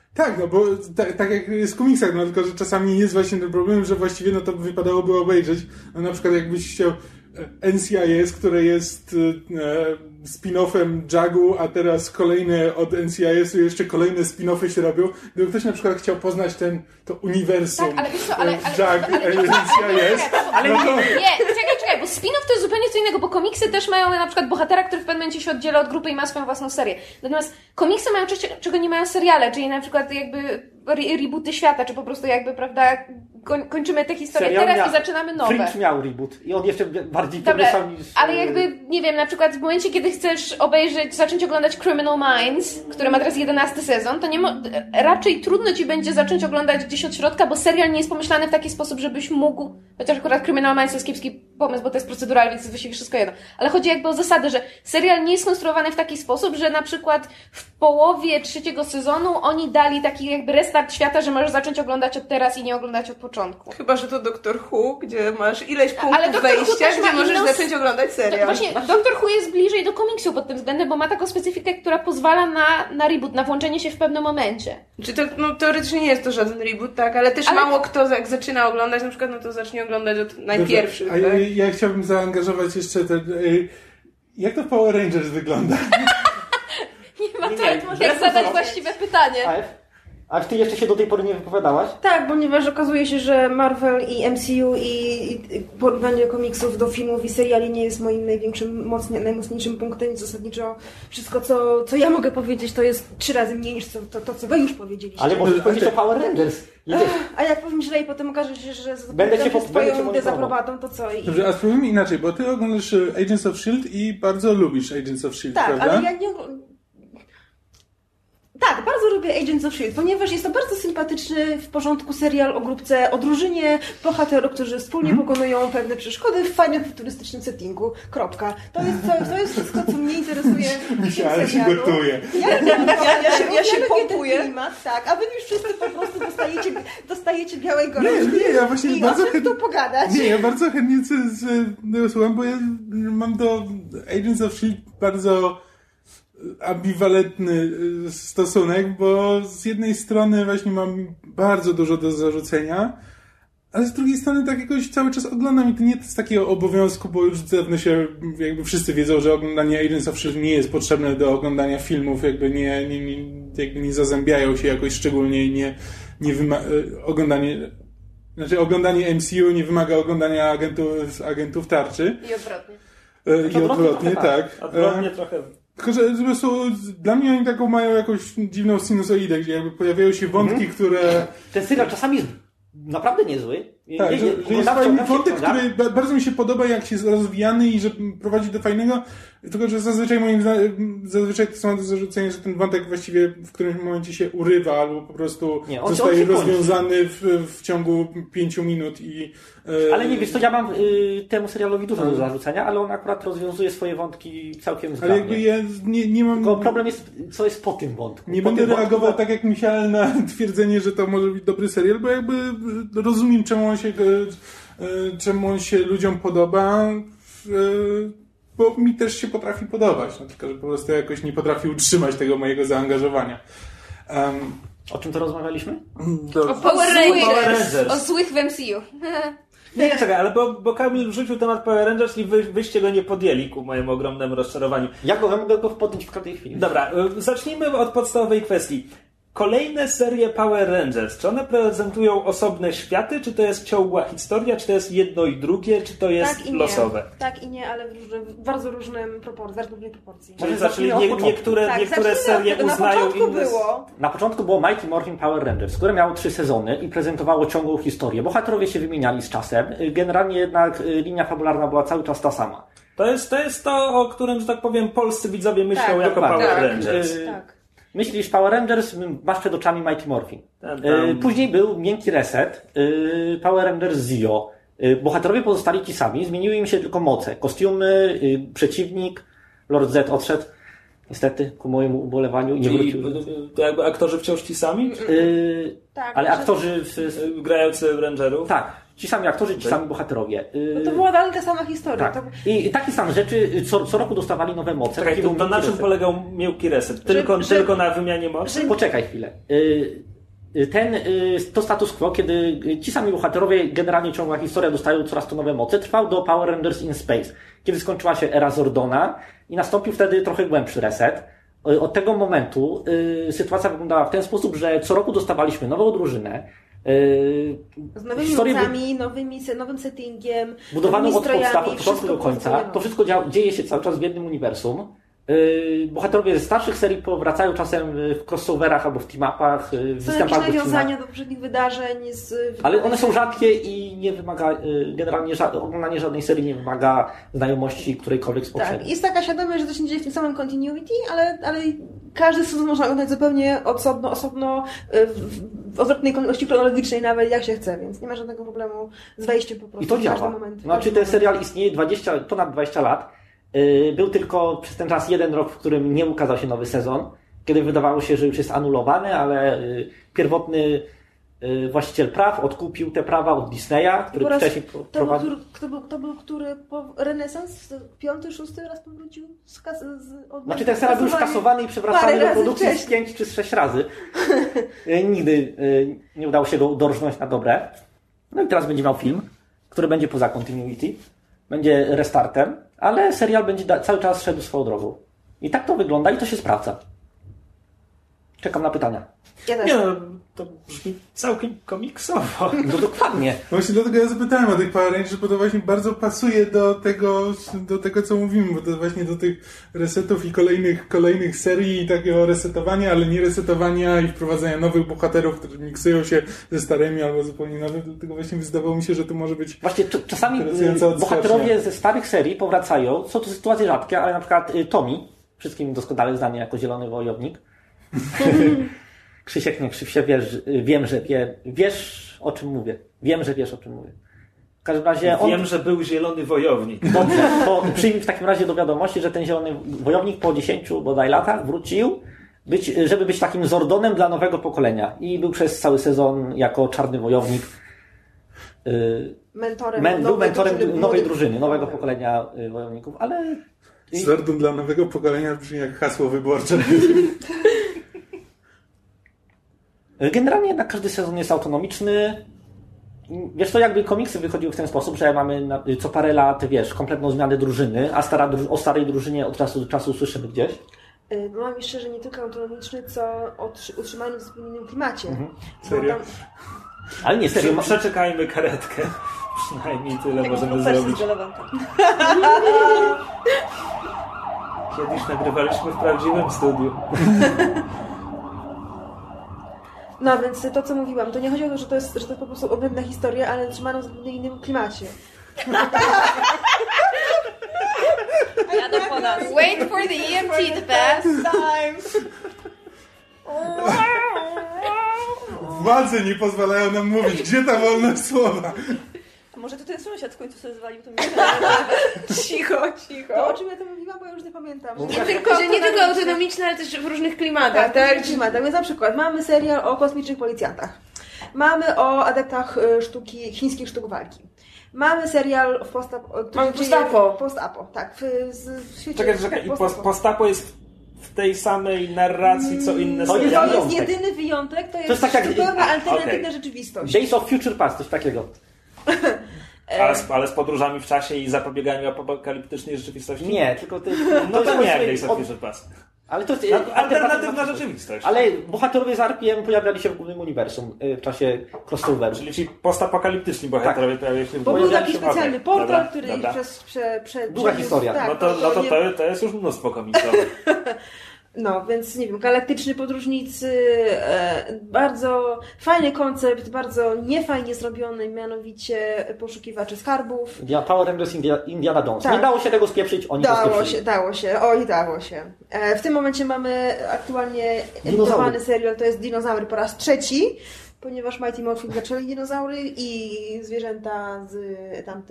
Tak, no bo tak, tak jak jest w komiksach, no tylko, że czasami jest właśnie ten problem, że właściwie no to wypadałoby obejrzeć. No na przykład jakbyś chciał N C I S, które jest e, spin-offem Jagu, a teraz kolejne od N C I S-u jeszcze kolejne spin-offy się robią. Gdyby ktoś na przykład chciał poznać ten, to uniwersum tak, ale wiesz co, ale, ale, Jag, ale, ale, N C I S, ale no to... Nie, czekaj, czekaj, bo spin-off to jest zupełnie co innego, bo komiksy też mają na przykład bohatera, który w pewnym momencie się oddziela od grupy i ma swoją własną serię. Natomiast komiksy mają coś, czego nie mają seriale, czyli na przykład jakby re- rebooty świata, czy po prostu jakby, prawda, koń, kończymy tę historię Serial teraz mia- i zaczynamy nowe. Fringe miał reboot i on jeszcze bardziej Dobra, pomysłał niż... ale jakby, nie wiem, na przykład w momencie, kiedy chcesz obejrzeć, zacząć oglądać Criminal Minds, który ma teraz jedenasty sezon, to nie mo- raczej trudno ci będzie zacząć oglądać gdzieś od środka, bo serial nie jest pomyślany w taki sposób, żebyś mógł, chociaż akurat Criminal Minds to jest kiepski pomysł, bo to jest procedural, więc jest właściwie wszystko jedno. Ale chodzi jakby o zasadę, że serial nie jest skonstruowany w taki sposób, że na przykład w połowie trzeciego sezonu oni dali taki jakby restart świata, że możesz zacząć oglądać od teraz i nie oglądać od początku. Chyba, że to Doktor Who, gdzie masz ileś punktów Ale Doctor Who wejścia, też ma gdzie możesz inną- zacząć oglądać To, serial. właśnie Doctor Who jest bliżej do komiksu pod tym względem, bo ma taką specyfikę, która pozwala na, na reboot, na włączenie się w pewnym momencie. Czy to, no teoretycznie nie jest to żaden reboot, tak, ale też Ale- mało kto jak zaczyna oglądać, na przykład, no to zacznie oglądać od najpierwszych, Dobrze, tak? a ja, ja chciałbym zaangażować jeszcze ten... y, Jak to w Power Rangers wygląda? Nie ma to, Nie, nie, jak nie, zadać nie. właściwe pytanie. A F? A ty jeszcze się do tej pory nie wypowiadałaś? Tak, ponieważ okazuje się, że Marvel i M C U i, i porównanie komiksów do filmów i seriali nie jest moim największym, mocnie, najmocniejszym punktem. Zasadniczo wszystko, co, co ja mogę powiedzieć, to jest trzy razy mniej niż to, to, to co wy już powiedzieliście. Ale możesz powiedzieć o Power Rangers. Jedziesz. A jak powiem źle i potem okaże się, że Będę cię się po- z będę cię twoją monitorował. dezaprobatą, to co? I... Dobrze, a spróbujmy inaczej, bo ty oglądasz e, Agents of S H I E L D i bardzo lubisz Agents of S H I E L D, Tak, prawda? ale ja nie... Tak, bardzo lubię Agents of S H I E L D, ponieważ jest to bardzo sympatyczny, w porządku serial o grupce, o drużynie bohaterów, którzy wspólnie Mhm. pokonują pewne przeszkody w fajnym, futurystycznym settingu. Kropka. To jest, to, to jest wszystko, co mnie interesuje w Misia, tym ale się serialu. gotuje. Ja, ja, ja, ja, się, ja się pompuję. pompuję. Ten klimat, tak, a wy już wszyscy po prostu dostajecie, dostajecie białej Nie, gorączki nie, ja właśnie i bardzo o czym chętnie... tu pogadać. Nie, ja bardzo chętnie z, z, z, słucham, bo ja mam do Agents of S H I E L D bardzo ambiwalentny stosunek, bo z jednej strony właśnie mam bardzo dużo do zarzucenia, ale z drugiej strony tak jakoś cały czas oglądam i to nie z takiego obowiązku, bo już zapewne się jakby wszyscy wiedzą, że oglądanie Agents of S H I E L D nie jest potrzebne do oglądania filmów, jakby nie, nie, nie, jakby nie zazębiają się jakoś szczególnie i nie, nie wyma- oglądanie znaczy oglądanie M C U nie wymaga oglądania agentów, agentów tarczy. I odwrotnie. E, I odwrotnie odwrotnie, trochę tak. Odwrotnie E, trochę. Tylko, że po prostu dla mnie oni taką mają jakąś dziwną sinusoidę, gdzie jakby pojawiają się wątki, Mhm. które... Ten serial czasami jest naprawdę niezły. Tak, Nie- że, nie- że jest oglądam fajny ciągle wątek, ciągle. który ba- bardzo mi się podoba, jak się jest rozwijany i że prowadzi do fajnego, tylko że zazwyczaj moim zdaniem, zazwyczaj to są do zarzucenia, że ten wątek właściwie w którymś momencie się urywa albo po prostu Nie, on się- zostaje on się kończy. rozwiązany w, w ciągu pięciu minut i... e, Ale nie wiesz, to ja mam y, temu serialowi dużo do zarzucenia, ale on akurat rozwiązuje swoje wątki całkiem Ale zgrabnie. jakby ja nie, nie mam... Tylko problem jest, co jest po tym wątku. Nie po będę tym wątku- reagował tak jak Michael na twierdzenie, że to może być dobry serial, bo jakby rozumiem, czemu on się, e, e, czemu on się ludziom podoba, e, bo mi też się potrafi podobać, no, tylko że po prostu jakoś nie potrafi utrzymać tego mojego zaangażowania. Um, O czym to rozmawialiśmy? do, O Power Power Rangers. Rangers. O złych w M C U. Nie, nie, czekaj, ale bo, bo Kamil rzucił temat Power Rangers i wy, wyście go nie podjęli ku mojemu ogromnemu rozczarowaniu. Ja go mogę go podjąć w każdej chwili. Dobra, y, zacznijmy od podstawowej kwestii. Kolejne serie Power Rangers, czy one prezentują osobne światy, czy to jest ciągła historia, czy to jest jedno i drugie, czy to jest Tak i nie. losowe? Tak i nie, ale w, różnym, w bardzo różnym proporcji, bardzo różnej proporcji. Czyli, Może czyli zacznijmy od nie, początku. niektóre, Tak, niektóre zacznijmy od serie tego. Na uznają początku inne... było. Na początku było Mighty Morphin Power Rangers, które miało trzy sezony i prezentowało ciągłą historię. Bohaterowie się wymieniali z czasem. Generalnie jednak y, linia fabularna była cały czas ta sama. To jest, to jest to, o którym, że tak powiem, polscy widzowie myślą Tak, jako dokładnie. Power Tak, Rangers. Y, Tak. Myślisz Power Rangers, masz przed oczami Mighty Morphin. Tam, Y, tam. Później był miękki reset, y, Power Rangers Zeo. Y, Bohaterowie pozostali ci sami, zmieniły im się tylko moce. Kostiumy, y, przeciwnik, Lord Z odszedł. Niestety, ku mojemu ubolewaniu. Nie Czyli wrócił. to jakby aktorzy wciąż ci sami? Yy, Tak, ale że- aktorzy... W, Grający Rangerów? tak, ci sami aktorzy, ci sami bohaterowie. Yy, No to była dalej ta sama historia. tak. To... I, I takie same rzeczy, co, co roku dostawali nowe moce. Czekaj, Taki to, był to na miękki czym reset. polegał miękki reset? Tylko, że- tylko na wymianie mocy? Poczekaj chwilę. Yy, ten, yy, to status quo, kiedy ci sami bohaterowie, generalnie ciągła historia, dostają coraz to nowe moce, trwał do Power Rangers in Space, kiedy skończyła się era Zordona i nastąpił wtedy trochę głębszy reset. Yy, Od tego momentu yy, sytuacja wyglądała w ten sposób, że co roku dostawaliśmy nową drużynę, yy, Z nowymi historię bu- mocami, nowymi, nowym settingiem, budowaną nowymi od podstaw, strojami, od początku do wszystko końca. powstało. To wszystko dzia- dzieje się cały czas w jednym uniwersum. Yy, bohaterowie ze starszych serii powracają czasem w crossoverach albo w team-upach, yy, w Są jakieś występach do nawiązania do poprzednich wydarzeń. Z... ale one są rzadkie i nie wymaga, yy, generalnie ża- oglądanie żadnej serii nie wymaga znajomości którejkolwiek z Tak, poprzednich. jest taka świadomość, że to się dzieje w tym samym continuity, ale, ale każdy sezon można oglądać zupełnie osobno, osobno y, w, w odwrotnej kolejności chronologicznej nawet jak się chce, więc nie ma żadnego problemu z wejściem po prostu I to w każdy działa. moment. w Znaczy każdy ten moment. serial istnieje dwadzieścia, ponad dwadzieścia lat. Yy, Był tylko przez ten czas jeden rok, w którym nie ukazał się nowy sezon, kiedy wydawało się, że już jest anulowany, ale yy, pierwotny yy, właściciel praw odkupił te prawa od Disneya, który Po raz- wcześniej To był, prowadził. który, kto, był, kto był, który po renesans, piąty, szósty raz powrócił z kas, z, od Znaczy ten serial był już kasowania. kasowany i przewracany parę do razy produkcji z wcześniej. pięć czy z sześć razy. Yy, Nigdy yy, nie udało się go dorżnąć na dobre. No i teraz będzie miał film, który będzie poza continuity. Będzie restartem, ale serial będzie da- cały czas szedł swoją drogą. I tak to wygląda i to się sprawdza. Czekam na pytania. Ja też. Nie no, to brzmi całkiem komiksowo. No dokładnie. Właśnie dlatego ja zapytałem o tych Power Rangers, bo to właśnie bardzo pasuje do tego, do tego co mówimy, bo to właśnie do tych resetów i kolejnych, kolejnych serii i takiego resetowania, ale nie resetowania i wprowadzania nowych bohaterów, którzy miksują się ze starymi albo zupełnie nowych, dlatego właśnie wydawało mi się, że to może być Właśnie cz- czasami Interesująca y, odskocznia. bohaterowie ze starych serii powracają. Są to sytuacje rzadkie, ale na przykład y, Tommy, wszystkim doskonale znany jako Zielony Wojownik. Krzysiek, nie krzyw się, wiesz, y, wiem, że wie, wiesz o czym mówię. Wiem, że wiesz o czym mówię. W każdym razie on... Wiem, że był zielony wojownik. Dobrze, to przyjmij w takim razie do wiadomości, że ten Zielony Wojownik po dziesięciu bodaj latach wrócił, być, żeby być takim Zordonem dla nowego pokolenia. I był przez cały sezon jako czarny wojownik. y, Mentorem, Men, był nowej mentorem drużyny, nowej młodych- drużyny, nowego pokolenia y, wojowników, ale Zordon dla nowego pokolenia, brzmi jak hasło wyborcze. generalnie jednak każdy sezon jest autonomiczny. Wiesz, to jakby komiksy wychodziły w ten sposób, że mamy na, co parę lat, wiesz, kompletną zmianę drużyny, a stara, dru- o starej drużynie od czasu do czasu słyszymy gdzieś. Y, Byłam jeszcze, że nie tylko autonomiczny, co otrzy- utrzymany w zupełnie innym klimacie. Bo Serio? tam- Ale nie, serio, ma- Przeczekajmy karetkę. Przynajmniej tyle możemy Wersy zrobić. z relewantem. Kiedyś nagrywaliśmy w prawdziwym studiu. No więc to, co mówiłam, to nie chodzi o to, że to jest, że to jest po prostu odrębna historia, ale utrzymana w zupełnie innym klimacie. Jadą po nas. Wait for the E M T, the best. Władze nie pozwalają nam mówić, gdzie ta wolność słowa. Może to ten sąsiad w końcu sobie zwalił to Cicho, To cicho. o czym ja to mówiłam, bo ja już nie pamiętam. Że Nie tylko, że nie tylko autonomiczne, ale też w różnych klimatach, Tak, tak? tak. Klimatach. Więc na przykład mamy serial o kosmicznych policjantach. Mamy o adeptach y, sztuki, chińskich sztuk walki. Mamy serial w postapo. Mamy postapo. Postapo, tak. W, z, w świecie Czekaj, czekaj. I postapo. postapo jest w tej samej narracji, co inne To jest To seriale? jest wyjątek. jedyny wyjątek, to jest, jest tak jak- zupełnie a, alternatywna okej. rzeczywistość. Days of Future Past, coś takiego. Ale z, ale z podróżami w czasie i zapobieganiem apokaliptycznej rzeczywistości? Nie, tylko ty... No to, jest nie jak właściwie Days of od- Future Past. Ale to jest Al- Alternatywna rzeczywistość. Ale bohaterowie z R P M pojawiali się w głównym uniwersum y, w czasie crossoveru. Czyli ci postapokaliptyczni bohaterowie pojawiają się w Bo był pojawiali taki się- specjalny okej, portal, dobra, który dobra. ich przez... Prze, prze, Długa przeniósł- historia. Tak, No to, no to, nie- to, to jest już mnóstwo komiksowych. No, więc nie wiem, galaktyczni podróżnicy, e, bardzo fajny koncept, bardzo niefajnie zrobiony, mianowicie poszukiwacze skarbów. India- Power Rangers India, Indiana Jones. Tak. Nie dało się tego spieprzyć, oni to Dało spieprzyli. się, dało się, oj dało się. E, w tym momencie mamy aktualnie emitowany serial, to jest Dinozaury po raz trzeci, ponieważ Mighty Morphin zaczęli dinozaury i zwierzęta z tamtych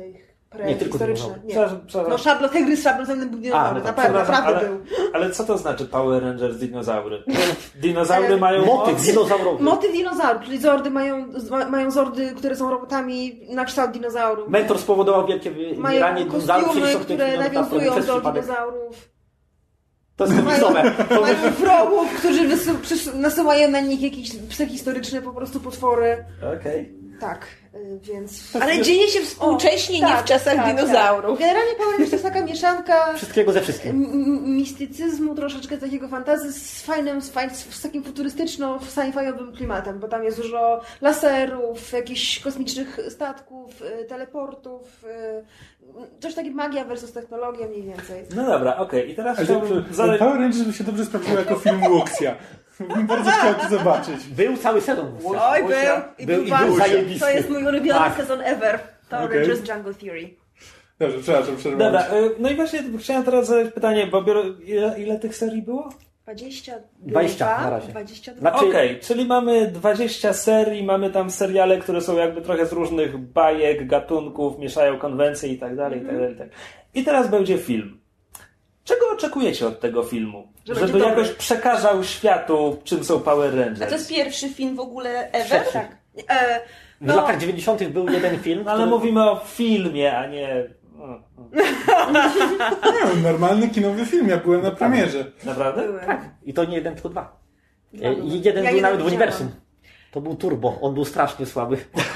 prehistoryczne. Nie, Przepraszam, przepraszam. No szablon, Tygrys z szablonem był dinozaury, no naprawdę, naprawdę ale, był. ale co to znaczy Power Rangers dinozaury? Dinozaury mają Motyw moc? dinozaurowy. Motyw dinozaurów, czyli zordy mają, mają zordy, które są robotami na kształt dinozaurów. Mentor spowodował wielkie wymieranie Mają dinozaurów, kostiumy, czyli są te które filmy nawiązują przez do przypadek. dinozaurów. To jest komiksowe. Mają wrogów, którzy wysu- przys- nasyłają na nich jakieś prehistoryczne po prostu potwory. Okej. Okay. Tak, y, więc... Ale dzieje się współcześnie, O, nie tak, w czasach tak, dinozaurów. Tak. Generalnie Power Rangers to jest taka mieszanka Wszystkiego ze wszystkim. m- m- mistycyzmu, troszeczkę takiego fantasy z fajnym, z, fajn- z takim futurystyczno-sci-fiowym klimatem, bo tam jest dużo laserów, jakichś kosmicznych statków, y, teleportów, y, coś takiego magia versus technologia mniej więcej. No dobra, okej. Okay. I teraz Ale chciałbym zadać... Power Rangers by się dobrze sprawdziło jako film Luxia. Bym bardzo chciał to zobaczyć. Był cały sezon. Oj, był i Był był, i bardzo. był zajebisty. To jest mój ulubiony Tak. sezon ever. Power Okej. Rangers Jungle Theory. Dobrze, przepraszam, przerwałem. Dobra, y, no i właśnie chciałem teraz zadać pytanie, bo biorę... ile, ile tych serii było? dwadzieścia dwadzieścia na razie. dwadzieścia dwa. Znaczy- Okej, okay, czyli mamy dwadzieścia serii, mamy tam seriale, które są jakby trochę z różnych bajek, gatunków, mieszają konwencje i tak dalej, i tak dalej. i tak. I teraz będzie film. Czego oczekujecie od tego filmu? Że Żeby będzie jakoś dobry. przekazał światu, czym są Power A Rangers. to jest pierwszy film w ogóle ever? Trzeci. Tak. E, W no, latach dziewięćdziesiątych był jeden film, Ale który... mówimy o filmie, a nie... o, o. Nie, normalny kinowy film, ja byłem na premierze. Naprawdę? były. Tak. I to nie jeden, tylko dwa. Dwa E, były. I jeden Ja był jeden nawet w widziałam. uniwersum. To był Turbo. On był strasznie słaby.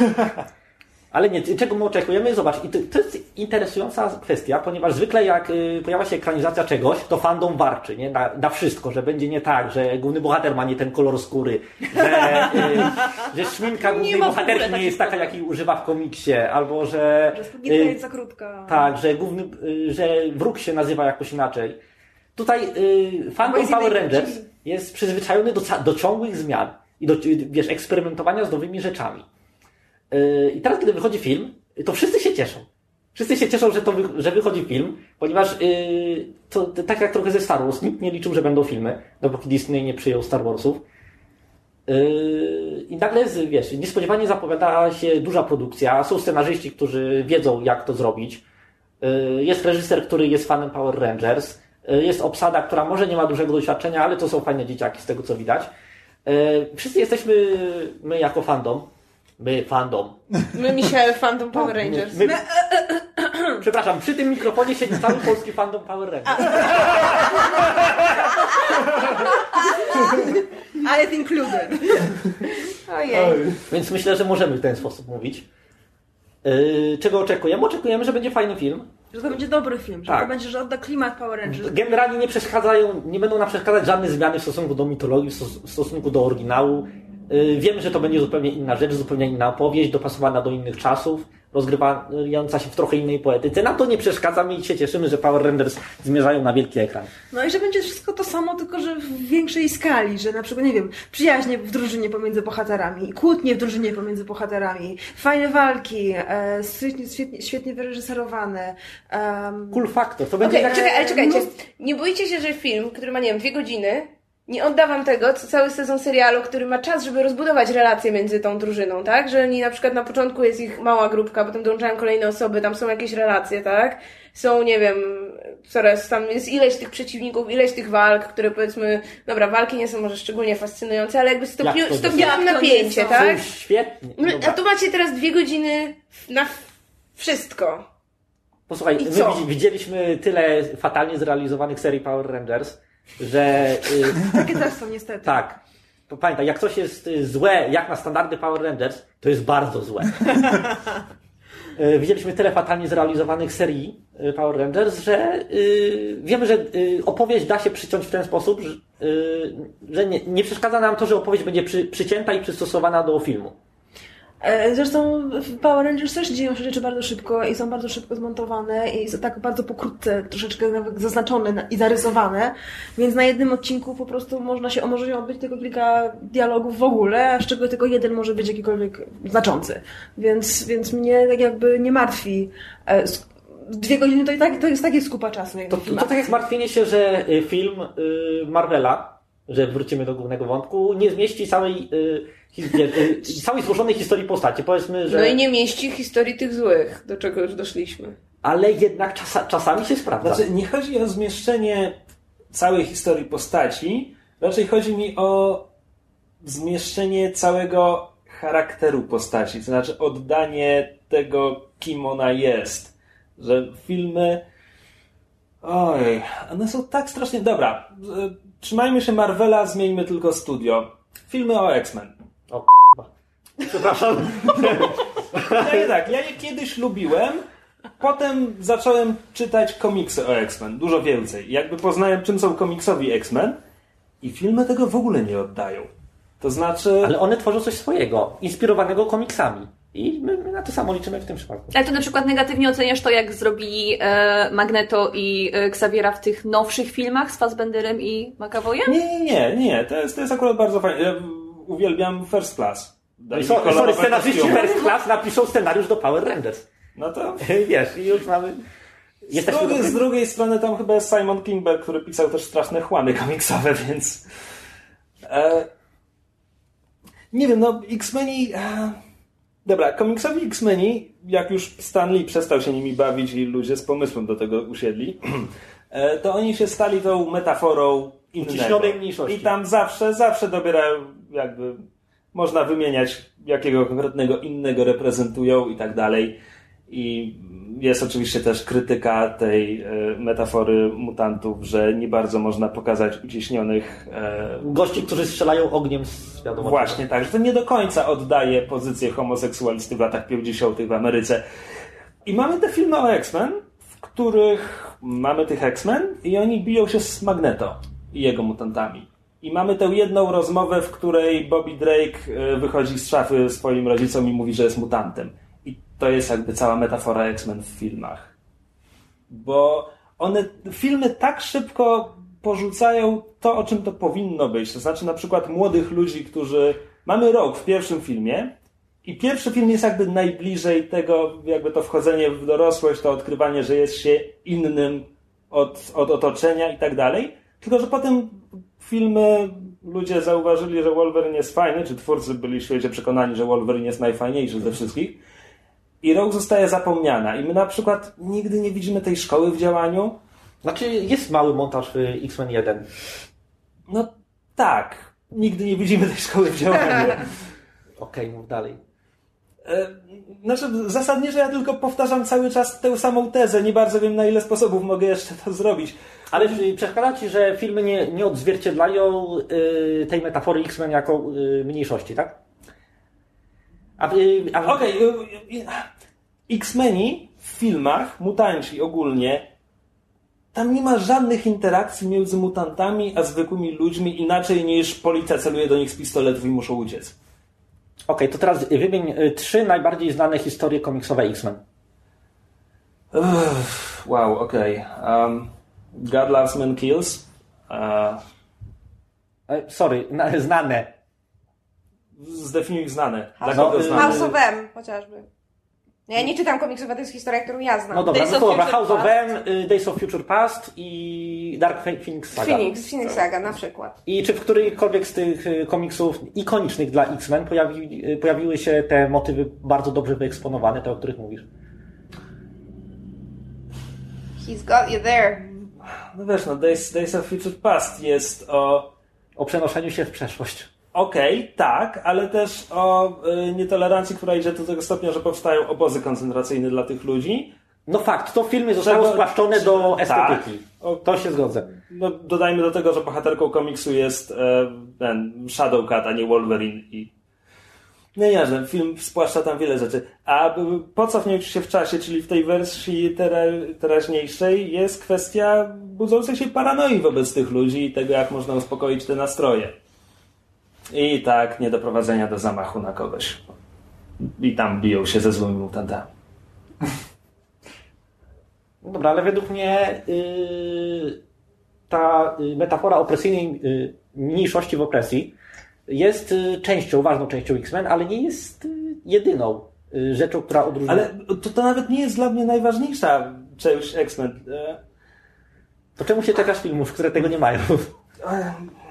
Ale nie, czego my oczekujemy? Zobacz, i to, to jest interesująca kwestia, ponieważ zwykle jak y, pojawia się ekranizacja czegoś, to fandom warczy, nie? Na, na wszystko, że będzie nie tak, że główny bohater ma nie ten kolor skóry, że, y, że szminka głównej ma w ogóle bohaterki nie takich jest taka, kolorów. jakiej używa w komiksie, albo że... Że spódnica y, jest za krótka. Tak, że główny, y, że wróg się nazywa jakoś inaczej. Tutaj y, fandom jest Power innej Rangers płci. jest przyzwyczajony do, ca- do ciągłych zmian i do, wiesz, eksperymentowania z nowymi rzeczami. Y, I teraz, kiedy wychodzi film, to wszyscy się cieszą. Wszyscy się cieszą, że, to wy, że wychodzi film, ponieważ y, to, to tak jak trochę ze Star Wars, nikt nie liczył, że będą filmy, dopóki Disney nie przyjął Star Warsów. Yy, I nagle, z- wiesz, niespodziewanie zapowiada się duża produkcja, są scenarzyści, którzy wiedzą, jak to zrobić. Yy, Jest reżyser, który jest fanem Power Rangers. Yy, Jest obsada, która może nie ma dużego doświadczenia, ale to są fajne dzieciaki z tego, co widać. Yy, Wszyscy jesteśmy, my jako fandom, my fandom. My, Michelle, fandom Power Rangers. My, my, przepraszam, przy tym mikrofonie siedzi cały polski fandom Power Rangers. Ale it's included. Ojej. Więc myślę, że możemy w ten sposób mówić. Yy, Czego oczekujemy? Oczekujemy, że będzie fajny film. Że to będzie dobry film, że Tak. to będzie, że odda klimat Power Rangers. Generalnie nie przeszkadzają, nie będą nam przeszkadzać żadne zmiany w stosunku do mitologii, w stos- w stosunku do oryginału. Yy, Wiemy, że to będzie zupełnie inna rzecz, zupełnie inna opowieść, dopasowana do innych czasów, rozgrywająca się w trochę innej poetyce. Nam to nie przeszkadza, my się cieszymy, że Power Rangers zmierzają na wielki ekran. No i że będzie wszystko to samo, tylko że w większej skali, że na przykład, nie wiem, przyjaźnie w drużynie pomiędzy bohaterami, kłótnie w drużynie pomiędzy bohaterami, fajne walki, e, świetnie, świetnie, świetnie wyreżyserowane. Um, Cool factor, to będzie Okej, jak... czekaj, ale czekajcie. mnóstwo- Nie boicie się, że film, który ma, nie wiem, dwie godziny, nie odda wam tego, co cały sezon serialu, który ma czas, żeby rozbudować relacje między tą drużyną, tak? Że oni na przykład na początku jest ich mała grupka, potem dołączają kolejne osoby, tam są jakieś relacje, tak? Są, nie wiem, coraz tam jest ileś tych przeciwników, ileś tych walk, które powiedzmy, dobra, walki nie są może szczególnie fascynujące, ale jakby stopniu, Jak to stopniują Jak to nie napięcie, są? tak? Są świetnie. No, Dobra. a tu macie teraz dwie godziny na wszystko. Posłuchaj, I my co? widzi- widzieliśmy tyle fatalnie zrealizowanych serii Power Rangers, że... y, takie też są niestety. Tak. To pamiętaj, jak coś jest y, złe, jak na standardy Power Rangers, to jest bardzo złe. Y, Widzieliśmy tyle fatalnie zrealizowanych serii y, Power Rangers, że y, wiemy, że y, opowieść da się przyciąć w ten sposób, że, y, że nie, nie przeszkadza nam to, że opowieść będzie przy, przycięta i przystosowana do filmu. E, Zresztą w Power Rangers też dzieją się rzeczy bardzo szybko i są bardzo szybko zmontowane i są tak bardzo pokrótce troszeczkę nawet zaznaczone na- i zarysowane, więc na jednym odcinku po prostu można się, może się odbyć tylko kilka dialogów w ogóle, a z czego tylko jeden może być jakikolwiek znaczący. Więc, więc mnie tak jakby nie martwi. E, sk- Dwie godziny to i tak to jest takie skupa czasu. Jak To, na to, film. to tak jak martwienie się, że y, film y, Marvela że wrócimy do głównego wątku, nie zmieści całej, y, his, y, całej złożonej historii postaci. Powiedzmy, że... No i nie mieści historii tych złych, do czego już doszliśmy. Ale jednak czas, czasami się sprawdza. Znaczy, nie chodzi o zmieszczenie całej historii postaci, raczej chodzi mi o zmieszczenie całego charakteru postaci, to znaczy oddanie tego, kim ona jest. Że filmy... Oj, one są tak strasznie... Dobra, trzymajmy się Marvela, zmieńmy tylko studio. Filmy o X-Men. O k***a. Przepraszam. Ja nie tak, ja je kiedyś lubiłem, potem zacząłem czytać komiksy o X-Men, dużo więcej. Jakby poznałem, czym są komiksowi X-Men i filmy tego w ogóle nie oddają. To znaczy... Ale one tworzą coś swojego, inspirowanego komiksami. I my, my na to samo liczymy w tym przypadku. Ale to na przykład negatywnie oceniasz to, jak zrobili e, Magneto i e, Xaviera w tych nowszych filmach z Fassbenderem i McAvoyem? Nie, nie, nie, nie. To jest, to jest akurat bardzo fajne. Ja uwielbiam First Class. No so, sorry, scenarzyści First Class napiszą scenariusz do Power Rangers. No to... Wiesz, i już mamy... Z drugiej, z drugiej strony tam chyba jest Simon Kinberg, który pisał też straszne chłamy komiksowe, więc... E... Nie wiem, no X-Meni... E... Dobra, komiksowi X-Meni, jak już Stan Lee przestał się nimi bawić i ludzie z pomysłem do tego usiedli, e, to oni się stali tą metaforą innego. mniejszości. I tam zawsze, zawsze dobierają jakby... Można wymieniać, jakiego konkretnego innego reprezentują i tak dalej. I jest oczywiście też krytyka tej e, metafory mutantów, że nie bardzo można pokazać uciśnionych... E, Gości, którzy strzelają ogniem z wiadomo. Właśnie tak, że to nie do końca oddaje pozycję homoseksualisty w latach pięćdziesiątych w Ameryce. I mamy te filmy o X-Men, w których mamy tych X-Men i oni biją się z Magneto i jego mutantami. I mamy tę jedną rozmowę, w której Bobby Drake wychodzi z szafy swoim rodzicom i mówi, że jest mutantem. I to jest jakby cała metafora X-Men w filmach. Bo one, filmy tak szybko porzucają to, o czym to powinno być. To znaczy na przykład młodych ludzi, którzy... Mamy rok w pierwszym filmie i pierwszy film jest jakby najbliżej tego, jakby to wchodzenie w dorosłość, to odkrywanie, że jest się innym od, od otoczenia i tak dalej. Tylko, że potem filmy ludzie zauważyli, że Wolverine jest fajny, czy twórcy byli w świecie przekonani, że Wolverine jest najfajniejszy ze wszystkich. I rok zostaje zapomniana. I my na przykład nigdy nie widzimy tej szkoły w działaniu. Znaczy jest mały montaż w X-Men jeden. No tak. Nigdy nie widzimy tej szkoły w działaniu. Okej, mów dalej. E, znaczy zasadniczo ja tylko powtarzam cały czas tę samą tezę. Nie bardzo wiem, na ile sposobów mogę jeszcze to zrobić. Ale przeszkadza Ci, że filmy nie, nie odzwierciedlają y, tej metafory X-Men jako y, mniejszości, tak? A, y, a... Okej. Okay. X-Meni w filmach, mutanci ogólnie, tam nie ma żadnych interakcji między mutantami a zwykłymi ludźmi inaczej niż policja celuje do nich z pistoletów i muszą uciec. Okej, okay, to teraz wymień y, trzy najbardziej znane historie komiksowe X-Men. Uff, wow, okej. Okay. Um, God Loves Men Kills. Uh, Sorry, na, znane. Zdefiniuj znane. House, Dla kogo no, znane? House of M chociażby. Ja nie czytam komiksów, a to jest historia, którą ja znam. No dobra, Days no of to dobra. Future House of Past. M, Days of Future Past i Dark Phoenix Saga. Phoenix, Phoenix Saga na przykład. I czy w którejkolwiek z tych komiksów ikonicznych dla X-Men pojawi, pojawiły się te motywy bardzo dobrze wyeksponowane, te, o których mówisz? He's got you there. No wiesz, no Days, Days of Future Past jest o... O przenoszeniu się w przeszłość. Okej, okay, tak, ale też o y, nietolerancji, która idzie do tego stopnia, że powstają obozy koncentracyjne dla tych ludzi. No fakt, to filmy zostały Czego... spłaszczone do estetyki. Tak. To się zgodzę. No, dodajmy do tego, że bohaterką komiksu jest e, ten Shadowcat, a nie Wolverine i... Nie, nie, że film spłaszcza tam wiele rzeczy. A po cofnięciu się w czasie, czyli w tej wersji tera- teraźniejszej, jest kwestia budzącej się paranoi wobec tych ludzi i tego, jak można uspokoić te nastroje. I tak, niedoprowadzenia do zamachu na kogoś. I tam biją się ze złymi mutantami. No dobra, ale według mnie yy, ta metafora opresyjnej yy, mniejszości w opresji jest yy, częścią, ważną częścią X-Men, ale nie jest yy, jedyną yy, rzeczą, która odróżnia. Ale to, to nawet nie jest dla mnie najważniejsza część X-Men. To czemu się czekasz filmów, które tego nie mają?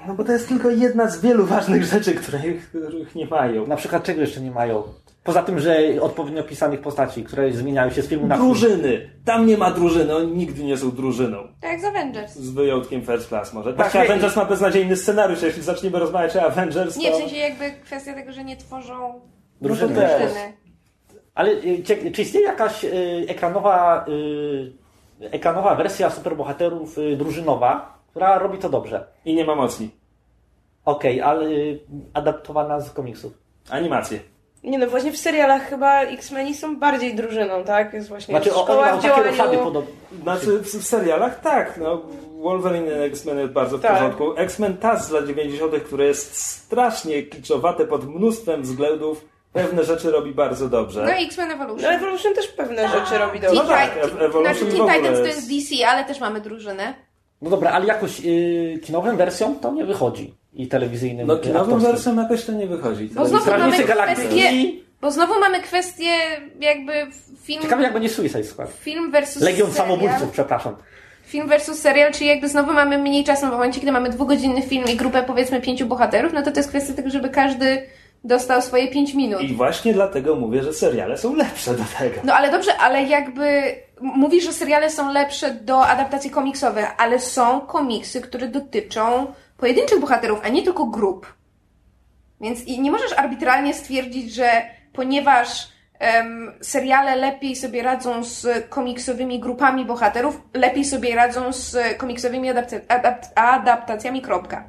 No bo to jest tylko jedna z wielu ważnych rzeczy, których, których nie mają. Na przykład czego jeszcze nie mają? Poza tym, że odpowiednio pisanych postaci, które zmieniają się z filmu na film. Drużyny! Tam nie ma drużyny, oni nigdy nie są drużyną. Tak jak z Avengers. Z wyjątkiem First Class może. Właśnie- Tak, Avengers ma beznadziejny scenariusz, jeśli zaczniemy rozmawiać o Avengers, to... Nie, w sensie jakby kwestia tego, że nie tworzą Drużyny. drużyny. Ale y, cie- czy istnieje jakaś y, ekranowa, y, ekranowa wersja superbohaterów y, drużynowa, która robi to dobrze? I nie ma mocy. Okej, ale y, adaptowana z komiksów. Animacje. Nie no, właśnie w serialach chyba X-Meni są bardziej drużyną, tak? Jest właśnie Znaczy, o- oni szkoła mają w takie działaniu. roszady podobne. Znaczy w, w serialach tak, no. Wolverine i X-Men jest bardzo w Tak. porządku. X-Men T A S z lat dziewięćdziesiątych, które jest strasznie kliczowate pod mnóstwem względów, pewne rzeczy robi bardzo dobrze. No i X-Men Evolution. No Evolution też pewne rzeczy robi Teen, dobrze. No tak, Tit- Ev- Evolution znaczy, w Teen ogóle Titans to jest- jest D C, ale też mamy drużynę. No dobra, ale jakoś y, kinową wersją to nie wychodzi. I telewizyjnym. No y, kinową aktorskim. wersją jakoś to nie wychodzi. Bo znowu mamy Strażnicy Galaktyki. kwestię... Bo znowu mamy kwestię jakby film... Ciekawe jak będzie Suicide Squad. Film versus Legion serial. Samobójców, przepraszam. Film versus serial, czyli jakby znowu mamy mniej czasu, w momencie, kiedy mamy dwugodzinny film i grupę powiedzmy pięciu bohaterów, no to to jest kwestia tego, żeby każdy dostał swoje pięć minut. I właśnie dlatego mówię, że seriale są lepsze do tego. No ale dobrze, ale jakby mówisz, że seriale są lepsze do adaptacji komiksowych, ale są komiksy, które dotyczą pojedynczych bohaterów, a nie tylko grup. Więc i nie możesz arbitralnie stwierdzić, że ponieważ em, seriale lepiej sobie radzą z komiksowymi grupami bohaterów, lepiej sobie radzą z komiksowymi adapta- adapt- adaptacjami, kropka.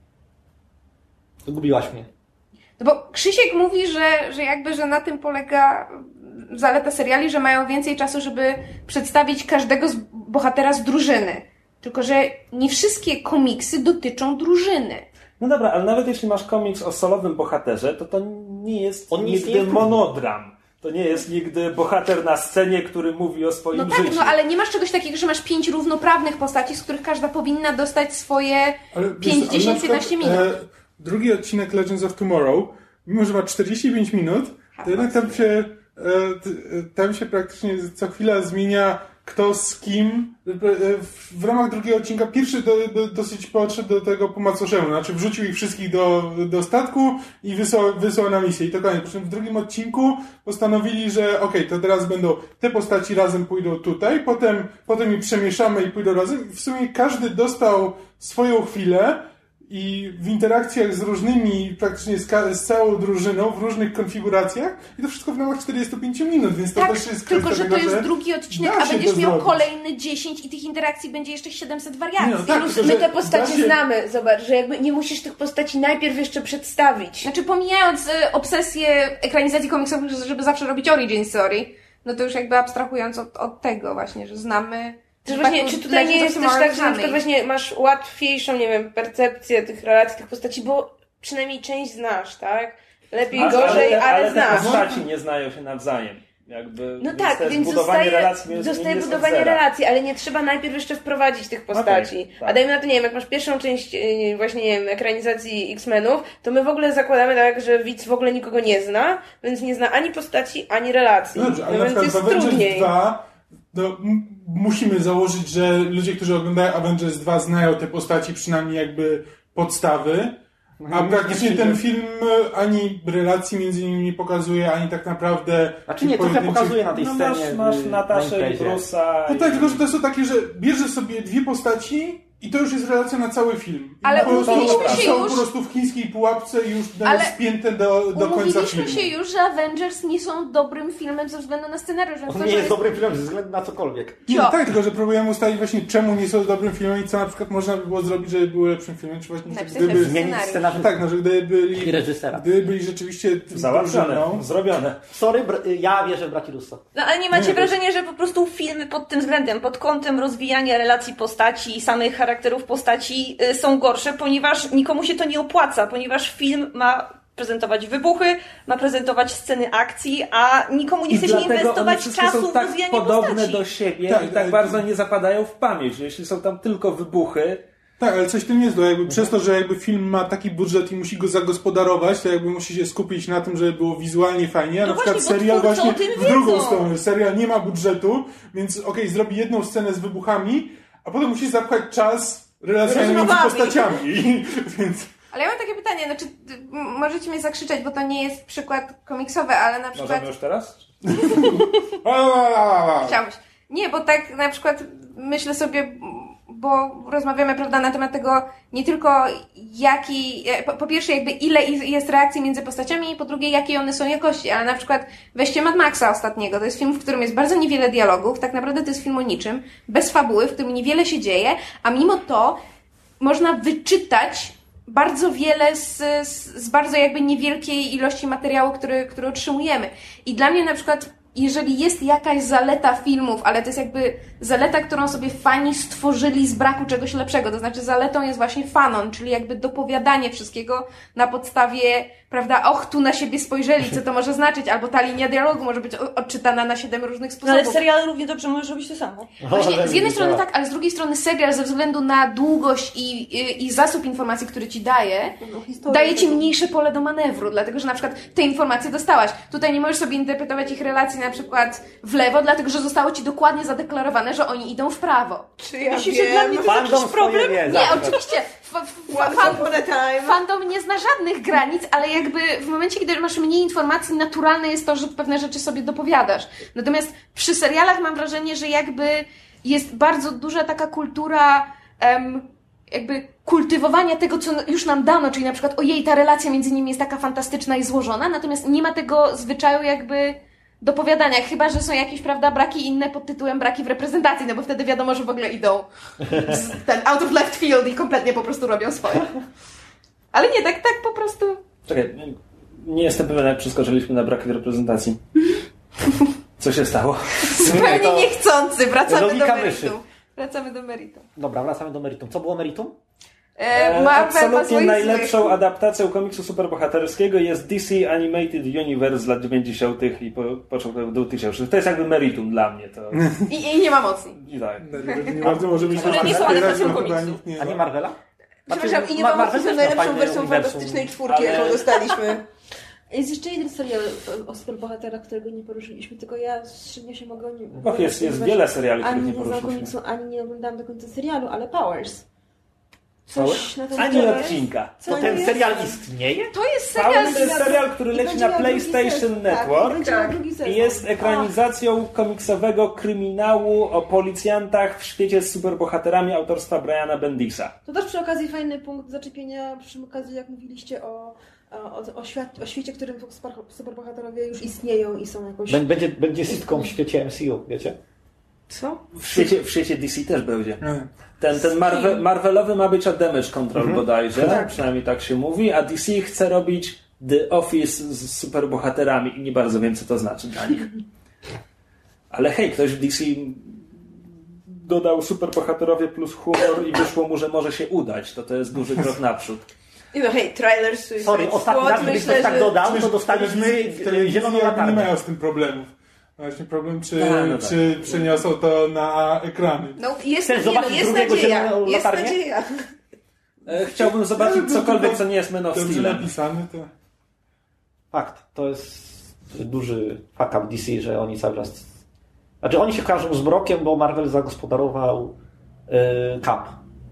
Zgubiłaś mnie. No bo Krzysiek mówi, że, że jakby, że na tym polega zaleta seriali, że mają więcej czasu, żeby przedstawić każdego z bohatera z drużyny. Tylko że nie wszystkie komiksy dotyczą drużyny. No dobra, ale nawet jeśli masz komiks o solowym bohaterze, to to nie jest On nie nigdy istnieje w- monodram. To nie jest nigdy bohater na scenie, który mówi o swoim No tak, życiu. no ale nie masz czegoś takiego, że masz pięć równoprawnych postaci, z których każda powinna dostać swoje Ale wiesz, pięć, ale na dziesięć, przykład, piętnaście minut. E, drugi odcinek Legends of Tomorrow, mimo że ma czterdzieści pięć minut, to jednak tam się, e, t, e, tam się praktycznie co chwila zmienia kto z kim. E, w, w ramach drugiego odcinka pierwszy do, do, dosyć podszedł do tego po macoszemu, znaczy wrzucił ich wszystkich do, do statku i wysłał, wysłał na misję. I to koniec. Przy czym w drugim odcinku postanowili, że okej, to teraz będą te postaci razem pójdą tutaj, potem, potem je przemieszamy i pójdą razem. I w sumie każdy dostał swoją chwilę i w interakcjach z różnymi, praktycznie z, ka- z całą drużyną, w różnych konfiguracjach i to wszystko w ramach czterdzieści pięć minut, więc to Tak, też jest tylko kwestia że to tego, jest drugi odcinek, da a się będziesz to miał zrobić. kolejny dziesięć i tych interakcji będzie jeszcze siedemset wariacji. Nie, no tak, Plus tylko, my że te postacie da się- znamy, zobacz, że jakby nie musisz tych postaci najpierw jeszcze przedstawić. Znaczy pomijając y, obsesję ekranizacji komiksowych, żeby zawsze robić origin story, no to już jakby abstrahując od, od tego właśnie, że znamy... Też właśnie, czy tutaj nie jest też tak, że na znamy przykład ich. właśnie masz łatwiejszą, nie wiem, percepcję tych relacji, tych postaci, bo przynajmniej część znasz, tak? Lepiej, A- gorzej, ale, ale, ale te znasz. postaci nie znają się nawzajem. Jakby, No więc tak, to jest więc budowanie zostaje, relacji między nimi zostaje jest od budowanie zera. relacji, ale nie trzeba najpierw jeszcze wprowadzić tych postaci. Okej, tak. A dajmy na to, nie wiem, jak masz pierwszą część yy, właśnie, nie wiem, ekranizacji X-Menów, to my w ogóle zakładamy tak, że widz w ogóle nikogo nie zna, więc nie zna ani postaci, ani relacji. No dobrze, ale no na więc przykład w jest Avengers trudniej. dwa no, m- musimy założyć, że ludzie, którzy oglądają Avengers dwa znają te postaci, przynajmniej jakby podstawy, a nie praktycznie przyjdzie. ten film e, ani relacji między nimi nie pokazuje, ani tak naprawdę... Znaczy nie, trochę pojedynczych- pokazuje na tej No scenie. masz, masz y, Nataszę na i imprezie. Bruce'a. No i- tak, tylko że to są takie, że bierzesz sobie dwie postaci i to już jest relacja na cały film. I Ale po prostu umówiliśmy się są już- po prostu w chińskiej pułapce i już Ale spięte do, do końca Umówiliśmy filmu. się już, że Avengers nie są dobrym filmem ze względu na scenariusz. Więc On to, nie że jest dobrym filmem ze względu na cokolwiek. Nie, no Cio. tak, tylko że próbujemy ustalić właśnie czemu nie są dobrym filmem i co na przykład można by było zrobić, żeby były lepszym filmem, czy właśnie, że Napisać gdyby... lepszy Zmienić scenariusz. scenariusz Tak, no, że gdyby byli... i reżysera. Gdyby byli rzeczywiście Załatwione, drużyną. zrobione. Sorry, br- ja wierzę w braci Russo. No ale nie macie Nie, to- wrażenia, że po prostu filmy pod tym względem, pod kątem rozwijania relacji postaci i samych charakterów postaci y, są gorsze, ponieważ nikomu się to nie opłaca, ponieważ film ma prezentować wybuchy, ma prezentować sceny akcji, a nikomu nie I chce się dlatego one inwestować wszystkie czasu są w tak rozwijanie podobne postaci. do siebie Tak, i tak ale- bardzo nie zapadają w pamięć. Że jeśli są tam tylko wybuchy, Tak, ale coś w tym jest, bo jakby przez to, że jakby film ma taki budżet i musi go zagospodarować, to jakby musi się skupić na tym, żeby było wizualnie fajnie, a No na przykład właśnie, bo serial twórcy właśnie o tym w drugą wiedzą. stronę. Serial nie ma budżetu, więc okej, zrobi jedną scenę z wybuchami, a potem musi zapchać czas relacjami między postaciami. Więc... Ale ja mam takie pytanie, znaczy możecie mnie zakrzyczeć, bo to nie jest przykład komiksowy, ale na przykład... Możemy już teraz? Chciałbyś. Nie, bo tak na przykład myślę sobie, bo rozmawiamy, prawda, na temat tego nie tylko jaki, po, po pierwsze jakby ile jest reakcji między postaciami i po drugie jakie one są jakości, ale na przykład weźcie Mad Maxa ostatniego, to jest film, w którym jest bardzo niewiele dialogów, tak naprawdę to jest film o niczym, bez fabuły, w którym niewiele się dzieje, a mimo to można wyczytać bardzo wiele z, z, z bardzo jakby niewielkiej ilości materiału, który, który otrzymujemy. I dla mnie na przykład, jeżeli jest jakaś zaleta filmów, ale to jest jakby zaleta, którą sobie fani stworzyli z braku czegoś lepszego, to znaczy zaletą jest właśnie fanon, czyli jakby dopowiadanie wszystkiego na podstawie, prawda, och, tu na siebie spojrzeli, co to może znaczyć, albo ta linia dialogu może być odczytana na siedem różnych sposobów. No ale serial równie dobrze możesz robić to samo. Właśnie, z jednej strony tak, ale z drugiej strony serial ze względu na długość i, i, i zasób informacji, który ci daje, no, daje ci mniejsze pole do manewru, dlatego, że na przykład te informacje dostałaś. Tutaj nie możesz sobie interpretować ich relacji na przykład w lewo, dlatego, że zostało ci dokładnie zadeklarowane, że oni idą w prawo. Czy ja Myślisz, wiem? że dla mnie to jest jakiś problem? Nie, oczywiście. F- f- fan, fandom nie zna żadnych granic, ale jakby w momencie, kiedy masz mniej informacji, naturalne jest to, że pewne rzeczy sobie dopowiadasz. Natomiast przy serialach mam wrażenie, że jakby jest bardzo duża taka kultura um, jakby kultywowania tego, co już nam dano, czyli na przykład ojej, ta relacja między nimi jest taka fantastyczna i złożona, natomiast nie ma tego zwyczaju jakby dopowiadania, chyba że są jakieś, prawda, braki inne pod tytułem braki w reprezentacji, no bo wtedy wiadomo, że w ogóle idą z, ten out of left field i kompletnie po prostu robią swoje. Ale nie, tak, tak po prostu... Czekaj, nie jestem pewien, jak przeskoczyliśmy na braki w reprezentacji. Co się stało? Zupełnie to... niechcący, wracamy do meritum. Myszy. Wracamy do meritum. Dobra, wracamy do meritum. Co było meritum? E, absolutnie najlepszą złych. adaptacją komiksu superbohaterskiego jest D C Animated Universe z lat dziewięćdziesiątych i po, początku dwutysięcznych. To jest jakby meritum dla mnie. To... I, I nie ma mocni. I tak. Nie bardzo może być Które nie są adaptacją komiksu. A nie Marvela? Przepraszam, i nie ma mocni są najlepszą wersją Fantastycznej Czwórki, ale... jaką dostaliśmy. Jest jeszcze jeden serial o superbohaterach, którego nie poruszyliśmy, tylko ja średnio się mogę o nim... Och, jest, jest wiele seriali, których nie poruszyliśmy. Ani nie znam komiksu, ani nie oglądałam do końca serialu, ale Powers. Coś na ten Ani odcinka. To ten jest? serial istnieje? To jest serial, to jest serial który leci na PlayStation Network tak, i jest ekranizacją Ach. komiksowego kryminału o policjantach w świecie z superbohaterami autorstwa Briana Bendisa. To też przy okazji fajny punkt zaczepienia, przy okazji jak mówiliście o, o, o, świat, o świecie, w którym superbohaterowie już istnieją i są jakoś... Będzie, będzie sitcom w świecie M C U, wiecie? Co? W świecie, w świecie D C też będzie. Ten, ten Marvel, Marvelowy ma być o Damage Control mhm. bodajże, tak. Przynajmniej tak się mówi, a D C chce robić The Office z superbohaterami i nie bardzo wiem, co to znaczy dla nich. Ale hej, ktoś w D C dodał superbohaterowie plus humor i wyszło mu, że może się udać. To to jest duży krok naprzód. No hej, trailer Suicide Sorry, ostatni raz, gdybyś ktoś tak dodał, to dostaliśmy zieloną latarnię. Nie mają z tym problemów. Właśnie problem, czy, A, no tak. czy przeniosą to na ekrany. No jest, Chcesz nie, no, jest nadzieja. Jest nadzieja. Chciałbym zobaczyć cokolwiek, co nie jest Man of Steel. Steel. napisane to... Fakt. To jest duży fuck up D C, że oni cały czas... Znaczy oni się kojarzą z mrokiem, bo Marvel zagospodarował yy, Cap.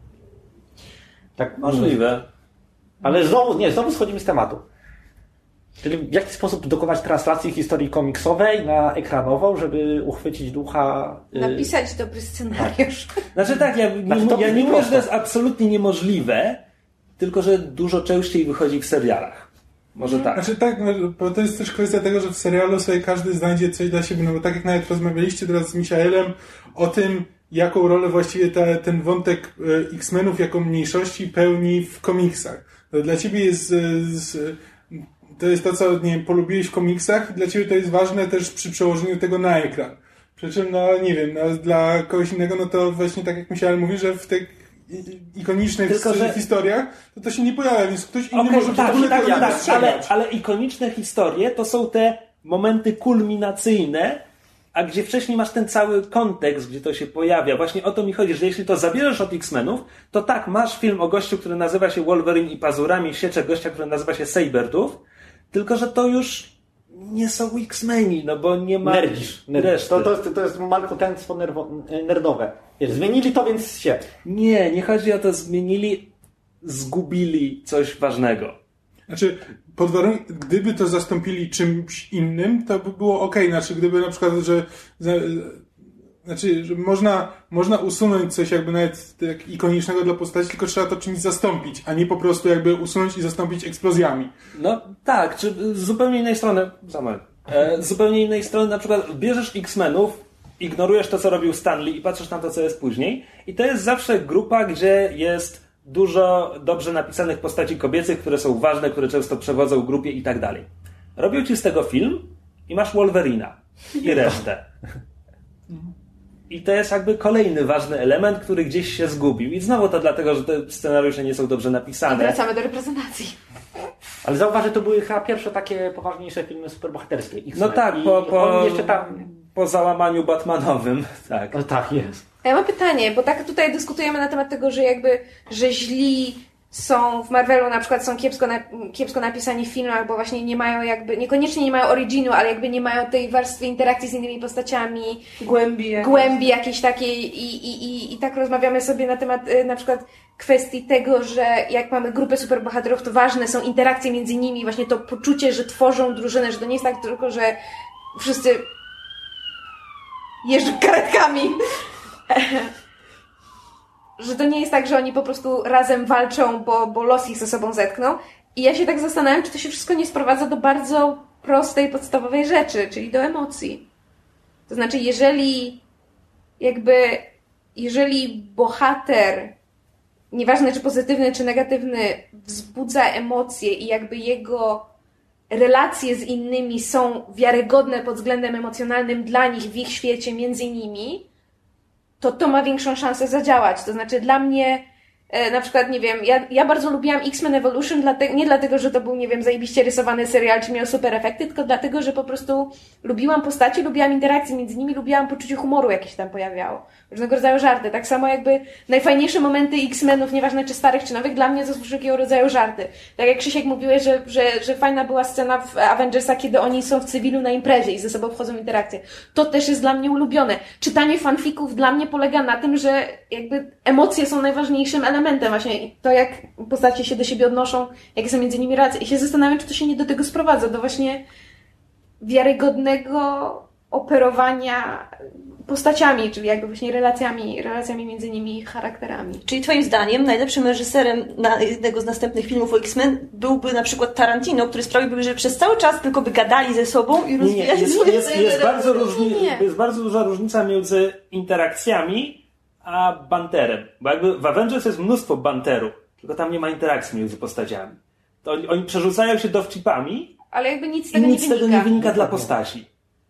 Tak, możliwe. Ale znowu, nie, znowu schodzimy z tematu. Czyli w jaki sposób dokonać translacji historii komiksowej na ekranową, żeby uchwycić ducha... Yy... Napisać dobry scenariusz. Znaczy tak, ja nie, znaczy, ja nie mówię, że to jest absolutnie niemożliwe, tylko że dużo częściej wychodzi w serialach. Może hmm. tak. Znaczy tak, bo to jest też kwestia tego, że w serialu sobie każdy znajdzie coś dla siebie, no bo tak jak nawet rozmawialiście teraz z Michaelem o tym, jaką rolę właściwie ta, ten wątek X-Menów jako mniejszości pełni w komiksach. To dla ciebie jest... Z, to jest to, co nie wiem, polubiłeś w komiksach i dla ciebie to jest ważne też przy przełożeniu tego na ekran. Przy czym, no nie wiem, no, dla kogoś innego, no to właśnie tak jak Michael mówi, że w tych ikonicznych Tylko, że... historiach to to się nie pojawia, więc ktoś inny okay, może tak, w ogóle tak, tego tak, nie dostrzegać. ale, ale ikoniczne historie to są te momenty kulminacyjne, a gdzie wcześniej masz ten cały kontekst, gdzie to się pojawia. Właśnie o to mi chodzi, że jeśli to zabierzesz od X-Menów, to tak, masz film o gościu, który nazywa się Wolverine i pazurami siecze gościa, który nazywa się Sabretooth, tylko że to już nie są X-Meni, no bo nie ma Nerdzisz. Nerdzisz. To, to, jest, to jest malkontentstwo nerdowe. Wiesz, zmienili to, więc się. Nie, nie chodzi o to, zmienili, zgubili coś ważnego. Znaczy, pod warunkiem, gdyby to zastąpili czymś innym, to by było okej. Okay. Znaczy, gdyby na przykład, że, że znaczy, że można, można usunąć coś jakby nawet tak ikonicznego dla postaci, tylko trzeba to czymś zastąpić, a nie po prostu jakby usunąć i zastąpić eksplozjami. No tak, czy z zupełnie innej strony, zamiar, e, z zupełnie innej strony, na przykład bierzesz X-Menów, ignorujesz to, co robił Stanley i patrzysz na to, co jest później, i to jest zawsze grupa, gdzie jest dużo dobrze napisanych postaci kobiecych, które są ważne, które często przewodzą grupie i tak dalej. Robią ci z tego film i masz Wolverina i resztę. I to jest jakby kolejny ważny element, który gdzieś się zgubił. I znowu to dlatego, że te scenariusze nie są dobrze napisane. I wracamy do reprezentacji. Ale zauważ, że to były chyba pierwsze takie poważniejsze filmy superbohaterskie. X-Men. No tak, po, po, jeszcze tam... po załamaniu Batmanowym. Tak. No tak, jest. A ja mam pytanie, bo tak tutaj dyskutujemy na temat tego, że jakby, że źli są w Marvelu, na przykład są kiepsko, na, kiepsko napisani w filmach, bo właśnie nie mają jakby, niekoniecznie nie mają originu, ale jakby nie mają tej warstwy interakcji z innymi postaciami, głębi, jakiejś. głębi jakiejś takiej i, i, i, i tak rozmawiamy sobie na temat na przykład kwestii tego, że jak mamy grupę superbohaterów, to ważne są interakcje między nimi, właśnie to poczucie, że tworzą drużynę, że to nie jest tak tylko, że wszyscy jeżdżą karetkami. Że to nie jest tak, że oni po prostu razem walczą, bo, bo los ich ze sobą zetknął. I ja się tak zastanawiam, czy to się wszystko nie sprowadza do bardzo prostej, podstawowej rzeczy, czyli do emocji. To znaczy, jeżeli jakby, jeżeli bohater, nieważne czy pozytywny, czy negatywny, wzbudza emocje i jakby jego relacje z innymi są wiarygodne pod względem emocjonalnym dla nich w ich świecie, między nimi, to to ma większą szansę zadziałać. To znaczy dla mnie, e, na przykład, nie wiem, ja, ja bardzo lubiłam X-Men Evolution, dlate, nie dlatego, że to był, nie wiem, zajebiście rysowany serial, czy miał super efekty, tylko dlatego, że po prostu lubiłam postaci, lubiłam interakcje między nimi, lubiłam poczucie humoru, jakie się tam pojawiało. Różnego rodzaju żarty. Tak samo jakby najfajniejsze momenty X-Menów, nieważne czy starych, czy nowych, dla mnie to są wszelkiego rodzaju żarty. Tak jak Krzysiek mówiłeś, że, że, że fajna była scena w Avengersach, kiedy oni są w cywilu na imprezie i ze sobą wchodzą w interakcje. To też jest dla mnie ulubione. Czytanie fanfików dla mnie polega na tym, że jakby emocje są najważniejszym elementem właśnie. To, jak postacie się do siebie odnoszą, jakie są między nimi relacje. I się zastanawiam, czy to się nie do tego sprowadza, do właśnie wiarygodnego operowania postaciami, czyli jakby właśnie relacjami, relacjami między nimi i charakterami. Czyli twoim zdaniem najlepszym reżyserem na jednego z następnych filmów o X-Men byłby na przykład Tarantino, który sprawiłby, że przez cały czas tylko by gadali ze sobą i rozwijali nie, jest, swoje jest, jest, bardzo różni, jest bardzo duża różnica między interakcjami a banterem. Bo jakby w Avengers jest mnóstwo banteru, tylko tam nie ma interakcji między postaciami. To oni, oni przerzucają się dowcipami, ale jakby nic z i tego nic nie z tego wynika. nie wynika dla postaci.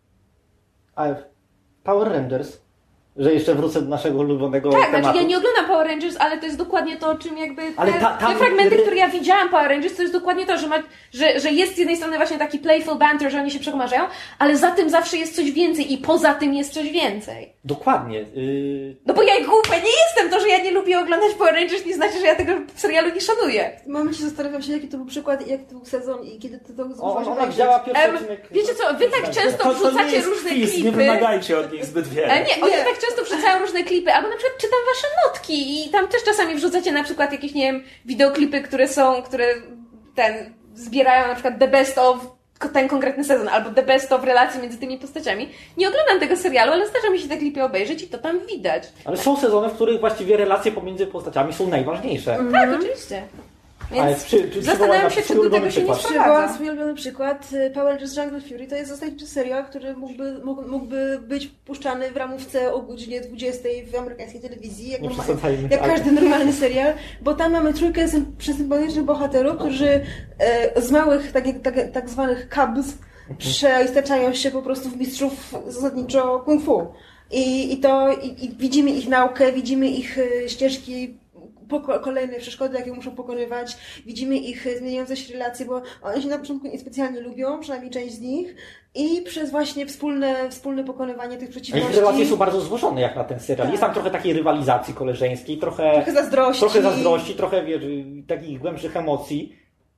Ale Power Rangers, że jeszcze wrócę do naszego ulubionego tak, tematu. znaczy ja nie oglądam Power Rangers, ale to jest dokładnie to, o czym jakby ale te, ta, tam, te fragmenty, gdy... które ja widziałam Power Rangers, to jest dokładnie to, że, ma, że, że jest z jednej strony właśnie taki playful banter, że oni się przekomarzają, ale za tym zawsze jest coś więcej i poza tym jest coś więcej. Dokładnie. Yy... No bo ja głupia nie jestem, to, że ja nie lubię oglądać Power Rangers nie znaczy, że ja tego serialu nie szanuję. W momencie zastanawiam się, jaki to był przykład, jaki to był sezon i kiedy to to O, ona wzięła pierwszy em, odcinek. Wiecie co, wy tak często to, to wrzucacie nie jest różne quiz, klipy. Nie wymagajcie od nich zbyt wiele. Ale nie, oni tak często wrzucają różne klipy, albo na przykład czytam wasze notki i tam też czasami wrzucacie na przykład jakieś, nie wiem, wideoklipy, które są, które ten, zbierają na przykład the best of ten konkretny sezon, albo the best of relacji między tymi postaciami. Nie oglądam tego serialu, ale zdarza mi się te klipy obejrzeć i to tam widać. Ale są sezony, w których właściwie relacje pomiędzy postaciami są najważniejsze. Mm. Tak, oczywiście. Więc przy, czy, zastanawiam się, czy do tego się nie sprowadza. Mój ulubiony przykład, Power Rangers Jungle Fury, to jest zasadniczy serial, który mógłby, mógł, mógłby być puszczany w ramówce o godzinie dwudziestej w amerykańskiej telewizji, jak, normal, jak każdy normalny serial, bo tam mamy trójkę sympatycznych bohaterów, którzy e, z małych, tak, tak, tak zwanych cubs, przeistaczają się po prostu w mistrzów zasadniczo kung fu. I, i to i, i widzimy ich naukę, widzimy ich e, ścieżki, kolejne przeszkody, jakie muszą pokonywać. Widzimy ich zmieniające się relacje, bo one się na początku niespecjalnie lubią, przynajmniej część z nich, i przez właśnie wspólne, wspólne pokonywanie tych przeciwności. Ich relacje są bardzo złożone jak na ten serial. Tak. Jest tam trochę takiej rywalizacji koleżeńskiej, trochę, trochę zazdrości, trochę, zazdrości, trochę wiesz, takich głębszych emocji.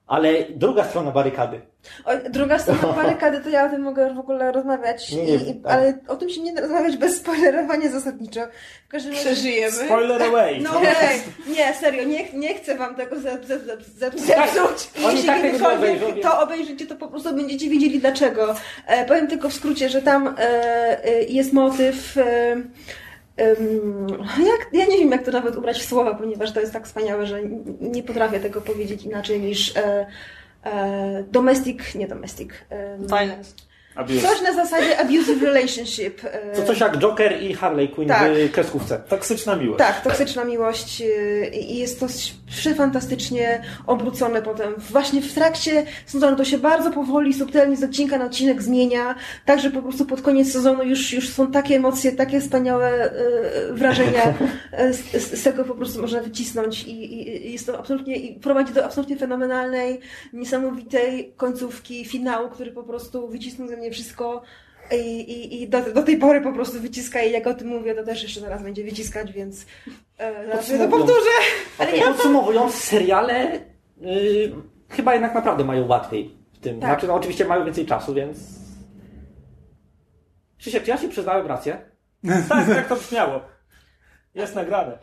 Ale druga strona barykady. O, druga strona barykady, to ja o tym mogę w ogóle rozmawiać, Nie, i, i, ale o tym się nie da rozmawiać bez spoilerowania zasadniczo. W każdym razie... Przeżyjemy. Spoiler away. No nie, nie, serio, nie, nie chcę wam tego zep- zep- zep- zepsuć. I Oni jeśli tak tego kiedykolwiek obejrzą, to obejrzycie, to po prostu będziecie wiedzieli dlaczego. E, powiem tylko w skrócie, że tam e, e, jest motyw... E, Um, jak, ja nie wiem, jak to nawet ubrać w słowa, ponieważ to jest tak wspaniałe, że nie potrafię tego powiedzieć inaczej niż e, e, domestic, nie domestic. Um, Violence. Abuse. Coś na zasadzie abusive relationship. E, To coś jak Joker i Harley Quinn Tak. w kreskówce. Toksyczna miłość. Tak, toksyczna miłość e, i jest to przefantastycznie obrócone potem. Właśnie w trakcie sezonu to się bardzo powoli, subtelnie z odcinka na odcinek zmienia, tak, że po prostu pod koniec sezonu już, już są takie emocje, takie wspaniałe e, wrażenia e, z, z tego po prostu można wycisnąć i, i, i jest to absolutnie, i prowadzi do absolutnie fenomenalnej, niesamowitej końcówki, finału, który po prostu wycisnął ze mnie wszystko. I, i, i do, do tej pory po prostu wyciska i jak o tym mówię, to też jeszcze zaraz będzie wyciskać, więc e, zaraz to powtórzę. Ale nie, podsumowując, seriale yy, chyba jednak naprawdę mają łatwiej w tym. Tak. Znaczy, no oczywiście mają więcej czasu, więc... Krzysiek, czy ja się przyznałem rację? Tak, tak to brzmiało. Jest nagrane.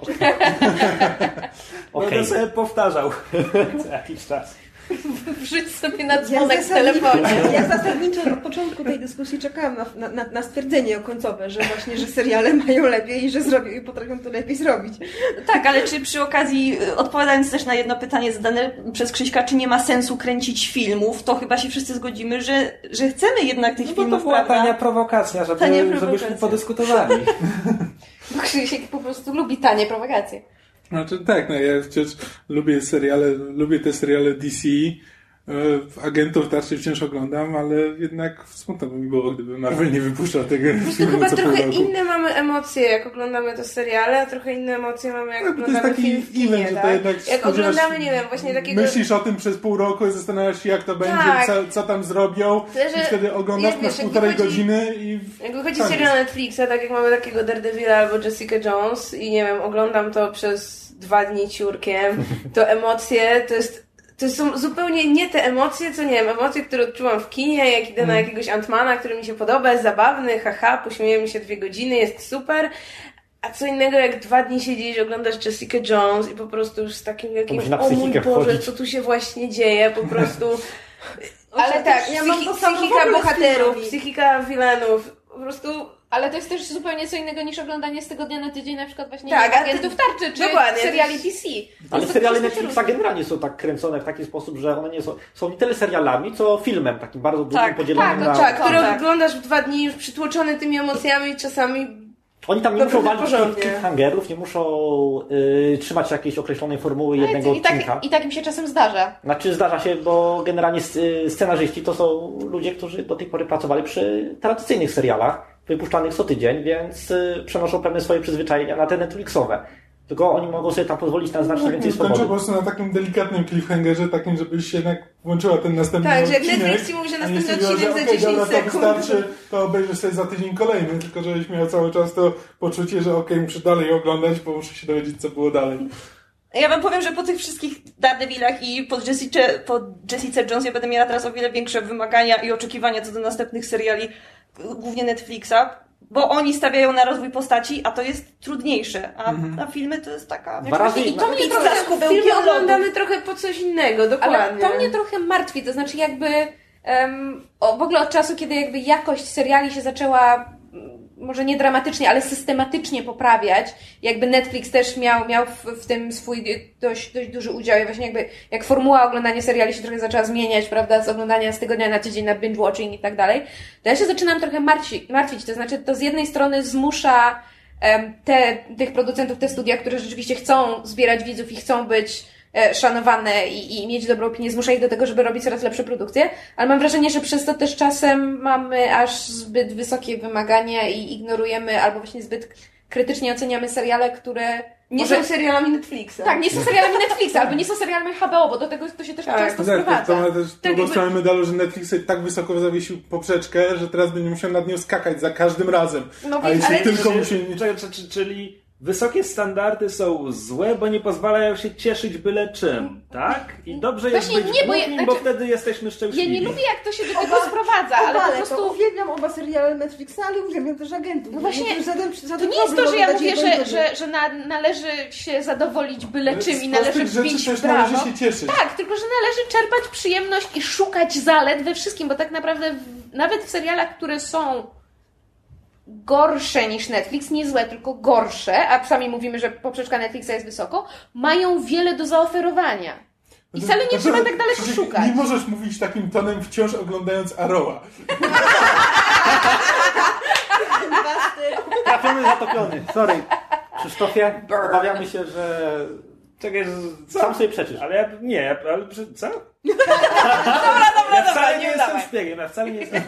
Okay. Będę sobie powtarzał co jakiś czas. Wrzuć sobie na Ja dzwonek w zasadniczo, telefonie. ja zasadniczo od początku tej dyskusji czekałam na, na, na stwierdzenie końcowe, że właśnie, że seriale mają lepiej i że zrobią i potrafią to lepiej zrobić. Tak, ale czy przy okazji, odpowiadając też na jedno pytanie zadane przez Krzyśka, czy nie ma sensu kręcić filmów, to chyba się wszyscy zgodzimy, że, że chcemy jednak tych No bo filmów, to była prawda? tania prowokacja, żeby, Tania prowokacja. żebyśmy podyskutowali. Bo Krzysiek po prostu lubi tanie prowokacje. Znaczy tak, no ja wciąż lubię seriale, lubię te seriale D C, e, Agentów Tarczy wciąż oglądam, ale jednak smutno by mi było, gdyby Marvel nie wypuszczał tego Po prostu filmu chyba co pół trochę roku. inne mamy emocje, jak oglądamy te seriale, a trochę inne emocje mamy, jak No, bo to jest oglądamy taki film w kinie, event, że to tak? jednak Jak spodziewasz- oglądamy, nie wiem, właśnie takiego... Myślisz o tym przez pół roku i zastanawiasz się, jak to będzie, Tak. co, co tam zrobią, Tyle, że- i wtedy oglądasz jak na wiesz, jak półtorej wychodzi- godziny i... Jak wychodzi koniec. serial na Netflixa, tak jak mamy takiego Daredevila albo Jessica Jones i nie wiem, oglądam to przez dwa dni ciurkiem, to emocje to jest... To są zupełnie nie te emocje, co nie wiem, emocje, które odczuwam w kinie, jak idę na jakiegoś Ant-Mana, który mi się podoba, jest zabawny, haha, pośmiejemy się dwie godziny, jest super. A co innego, jak dwa dni siedzisz i oglądasz Jessica Jones i po prostu już z takim jakimś, musi na o mój psychikę Boże, wchodzić. co tu się właśnie dzieje, po prostu... Ale Chociaż tak, ja mam psychi- to samo w psychika ogóle z bohaterów, filmami. psychika wilenów, po prostu... Ale to jest też zupełnie co innego niż oglądanie z tygodnia na tydzień na przykład właśnie Tak, a ty- Agentów Tarczy, czy dokładnie, seriali to D C. To Ale jest seriale zupełnie Netflixa różne. generalnie są tak kręcone w taki sposób, że one nie są, są nie tyle serialami, co filmem, takim bardzo długim, Tak, podzielonym tak, na... Tak, które tak. oglądasz w dwa dni już przytłoczony tymi emocjami, czasami... Oni tam nie Dobrze, muszą walić porządnie. cliffhangerów, nie muszą y, trzymać się jakiejś określonej formuły jednego I, tak, odcinka. I takim się czasem zdarza. Znaczy zdarza się, bo generalnie sc- scenarzyści to są ludzie, którzy do tej pory pracowali przy tradycyjnych serialach, wypuszczanych co tydzień, więc y, przenoszą pewne swoje przyzwyczajenia na te Netflixowe. Tylko oni mogą sobie tam pozwolić na znacznie więcej Skończę po swobody. prostu na takim delikatnym cliffhangerze, takim, żebyś jednak włączyła ten następny Tak, że jak odcinek. Netflix ci mówi, że a nie następny stwierdziła, odcinek że za okej, dziesięć dobra, to sekund. wystarczy, to obejrzysz sobie za tydzień kolejny, tylko żebyś miał cały czas to poczucie, że okej, muszę dalej oglądać, bo muszę się dowiedzieć, co było dalej. Ja wam powiem, że po tych wszystkich Daredevilach i po Jessica, po Jessica Jones ja będę miała teraz o wiele większe wymagania i oczekiwania co do następnych seriali, głównie Netflixa, bo oni stawiają na rozwój postaci, a to jest trudniejsze, a, a filmy to jest taka... Dwa razy- I to mnie I trochę trochę filmy oglądamy trochę po coś innego, Ale dokładnie. to mnie trochę martwi, to znaczy jakby um, o, w ogóle od czasu, kiedy jakby jakość seriali się zaczęła mm, może nie dramatycznie, ale systematycznie poprawiać, jakby Netflix też miał, miał w, w tym swój dość, dość duży udział i właśnie jakby jak formuła oglądania seriali się trochę zaczęła zmieniać, prawda, z oglądania z tygodnia na tydzień na binge-watching i tak dalej, to ja się zaczynam trochę martwić, martwić, to znaczy to z jednej strony zmusza em, te, tych producentów, te studia, które rzeczywiście chcą zbierać widzów i chcą być e, szanowane i, i mieć dobrą opinię, zmusza ich do tego, żeby robić coraz lepsze produkcje, ale mam wrażenie, że przez to też czasem mamy aż zbyt wysokie wymagania i ignorujemy albo właśnie zbyt krytycznie oceniamy seriale, które Nie może... są serialami Netflixa. Tak, nie są serialami Netflixa, albo nie są serialami H B O, bo do tego to się też Tak. często Tak, to, sprowadza. to ma też Tak drugą jakby- stronę medalu, że Netflix sobie tak wysoko zawiesił poprzeczkę, że teraz będzie musiał nad nią skakać za każdym razem. No A więc, jeśli ale tylko czy- musi... Czyli, czy- czy- czyli wysokie standardy są złe, bo nie pozwalają się cieszyć byle czym, tak? I dobrze jest Właśnie być nie, bo ja- głupim, znaczy, bo wtedy jesteśmy szczęśliwi. Ja nie lubię, jak to się do tego sprowadza, ale po Ale prostu... to uwielbiam oba seriale Netflixa, ale uwielbiam też agentów. No właśnie, to, żaden, To żaden nie jest to, problem że ja oglądać mówię, jedno i że, drugie. że, że na, należy się zadowolić byle czym i Z należy prostych rzeczy wbić też w brawo. należy się cieszyć. Tak, tylko że należy czerpać przyjemność i szukać zalet we wszystkim, bo tak naprawdę w, nawet w serialach, które są gorsze niż Netflix, nie złe, tylko gorsze, a sami mówimy, że poprzeczka Netflixa jest wysoko, mają wiele do zaoferowania. I wcale nie No to- trzeba tak daleko przecież szukać. Nie możesz mówić takim tonem wciąż oglądając Arrowa. Trafiony, zatopiony. Sorry. Krzysztofie, obawiamy się, że Czekaj, co? sam sobie przeczysz. Ale ja, nie, ja, ale przy- co? Dobra, dobra, ja wcale nie, nie jestem szpiegiem, ja wcale nie jestem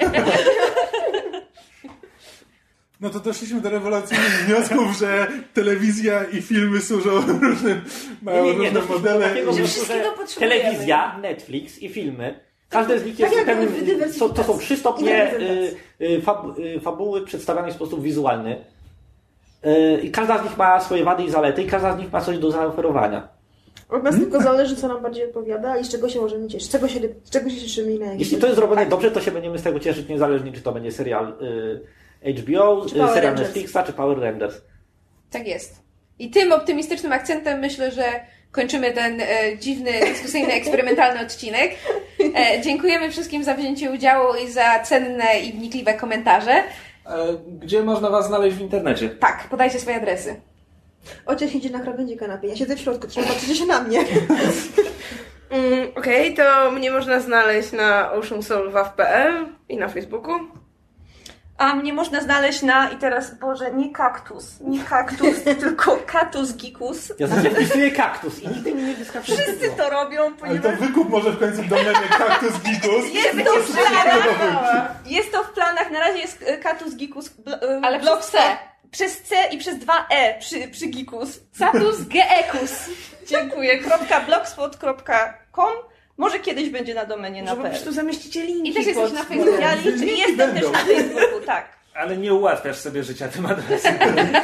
No to doszliśmy do rewelacyjnych wniosków, że telewizja i filmy służą różnym, mają Nie, nie, nie, różne doszliśmy do modele. takiego i- wniosku, wszystkiego że potrzebujemy. telewizja, Netflix i filmy, każde z nich jest Tak jak pewnym, dywersyfikacja. to, to są trzy stopnie I y, y, fab, y, fabuły przedstawiane w sposób wizualny. Y, I każda z nich ma swoje wady i zalety i każda z nich ma coś do zaoferowania. Od nas tylko zależy, co nam bardziej odpowiada i z czego się możemy cieszyć. Z czego się, z czego się cieszymy i na jakie Jeśli to jest zrobione dobrze, to się będziemy z tego cieszyć, niezależnie czy to będzie serial y, H B O, Czy y, Power serial Rangers. Netflixa, czy Power Rangers. Tak jest. I tym optymistycznym akcentem myślę, że kończymy ten e, dziwny, dyskusyjny, eksperymentalny odcinek. E, dziękujemy wszystkim za wzięcie udziału i za cenne i wnikliwe komentarze. E, Gdzie można was znaleźć w internecie? Tak, podajcie swoje adresy. Ociec idzie na krawędzi kanapy, ja siedzę w środku, trzeba patrzeć się na mnie. Mm, Okej, to mnie można znaleźć na ocean soul waw kropka p l i na Facebooku. A mnie można znaleźć na, i teraz, Boże, nie kaktus, nie kaktus, tylko katus gikus. Ja zawsze wpisuję kaktus i nigdy mi nie wyskakuje. Wszyscy to robią, Ale ponieważ to wykup może w końcu domenę Kaktus Gikus. jest to w planach. Jest to w planach, na razie jest e, katus gikus. bl- e, Ale blog przez C. Przez C i przez dwa E przy, przy gikus. Satus geekus. Dziękuję. .blogspot kropka com. Może kiedyś będzie na domenie na Że po P L. prostu zamieścicie linki. I też jesteś pod na spodem. Facebooku. Ja liczę, Linki jestem będą. też na Facebooku, tak. Ale nie ułatwiasz sobie życia tym adresem.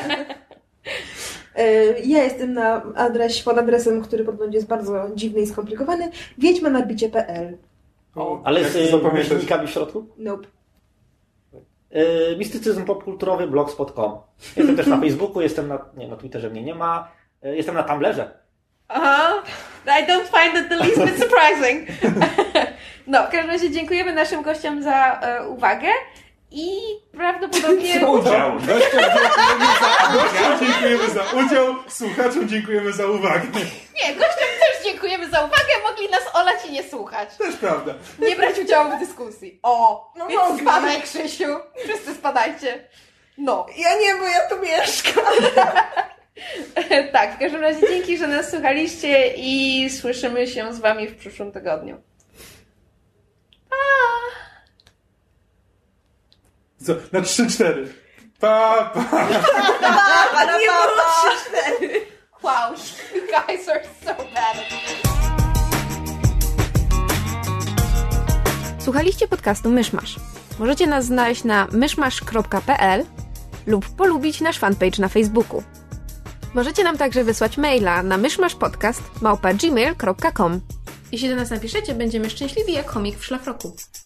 E, Ja jestem na adresie, pod adresem, który podobno jest bardzo dziwny i skomplikowany. wiedźmanabicie kropka p l. Ale Jak z to y, zapamiętać? myślnikami w środku? Nope. Y, mistycyzm popkulturowy blogspot kropka com. Jestem też na Facebooku, jestem na, nie, na Twitterze mnie nie ma, y, jestem na Tumblrze. Aha. I don't find it the least bit surprising. No, w każdym razie dziękujemy naszym gościom za e, uwagę i prawdopodobnie... Udział. Gościom dziękujemy za gościom dziękujemy za udział, słuchaczom dziękujemy za uwagę. Nie, gościom też dziękujemy za uwagę, mogli nas olać i nie słuchać. Też prawda. Nie brać udziału w dyskusji. O, No więc mogli. spadaj, Krzysiu. Wszyscy spadajcie. No. Ja nie, bo ja tu mieszkam. Tak, w każdym razie dzięki, że nas słuchaliście i słyszymy się z wami w przyszłym tygodniu. Co? Na trzy cztery. Pa, pa. A nie było trzy cztery. Wow, you guys are so bad. Słuchaliście podcastu Myszmasz. Możecie nas znaleźć na myszmasz kropka p l lub polubić nasz fanpage na Facebooku. Możecie nam także wysłać maila na myszmaszpodcast małpa gmail kropka com. Jeśli do nas napiszecie, będziemy szczęśliwi jak chomik w szlafroku.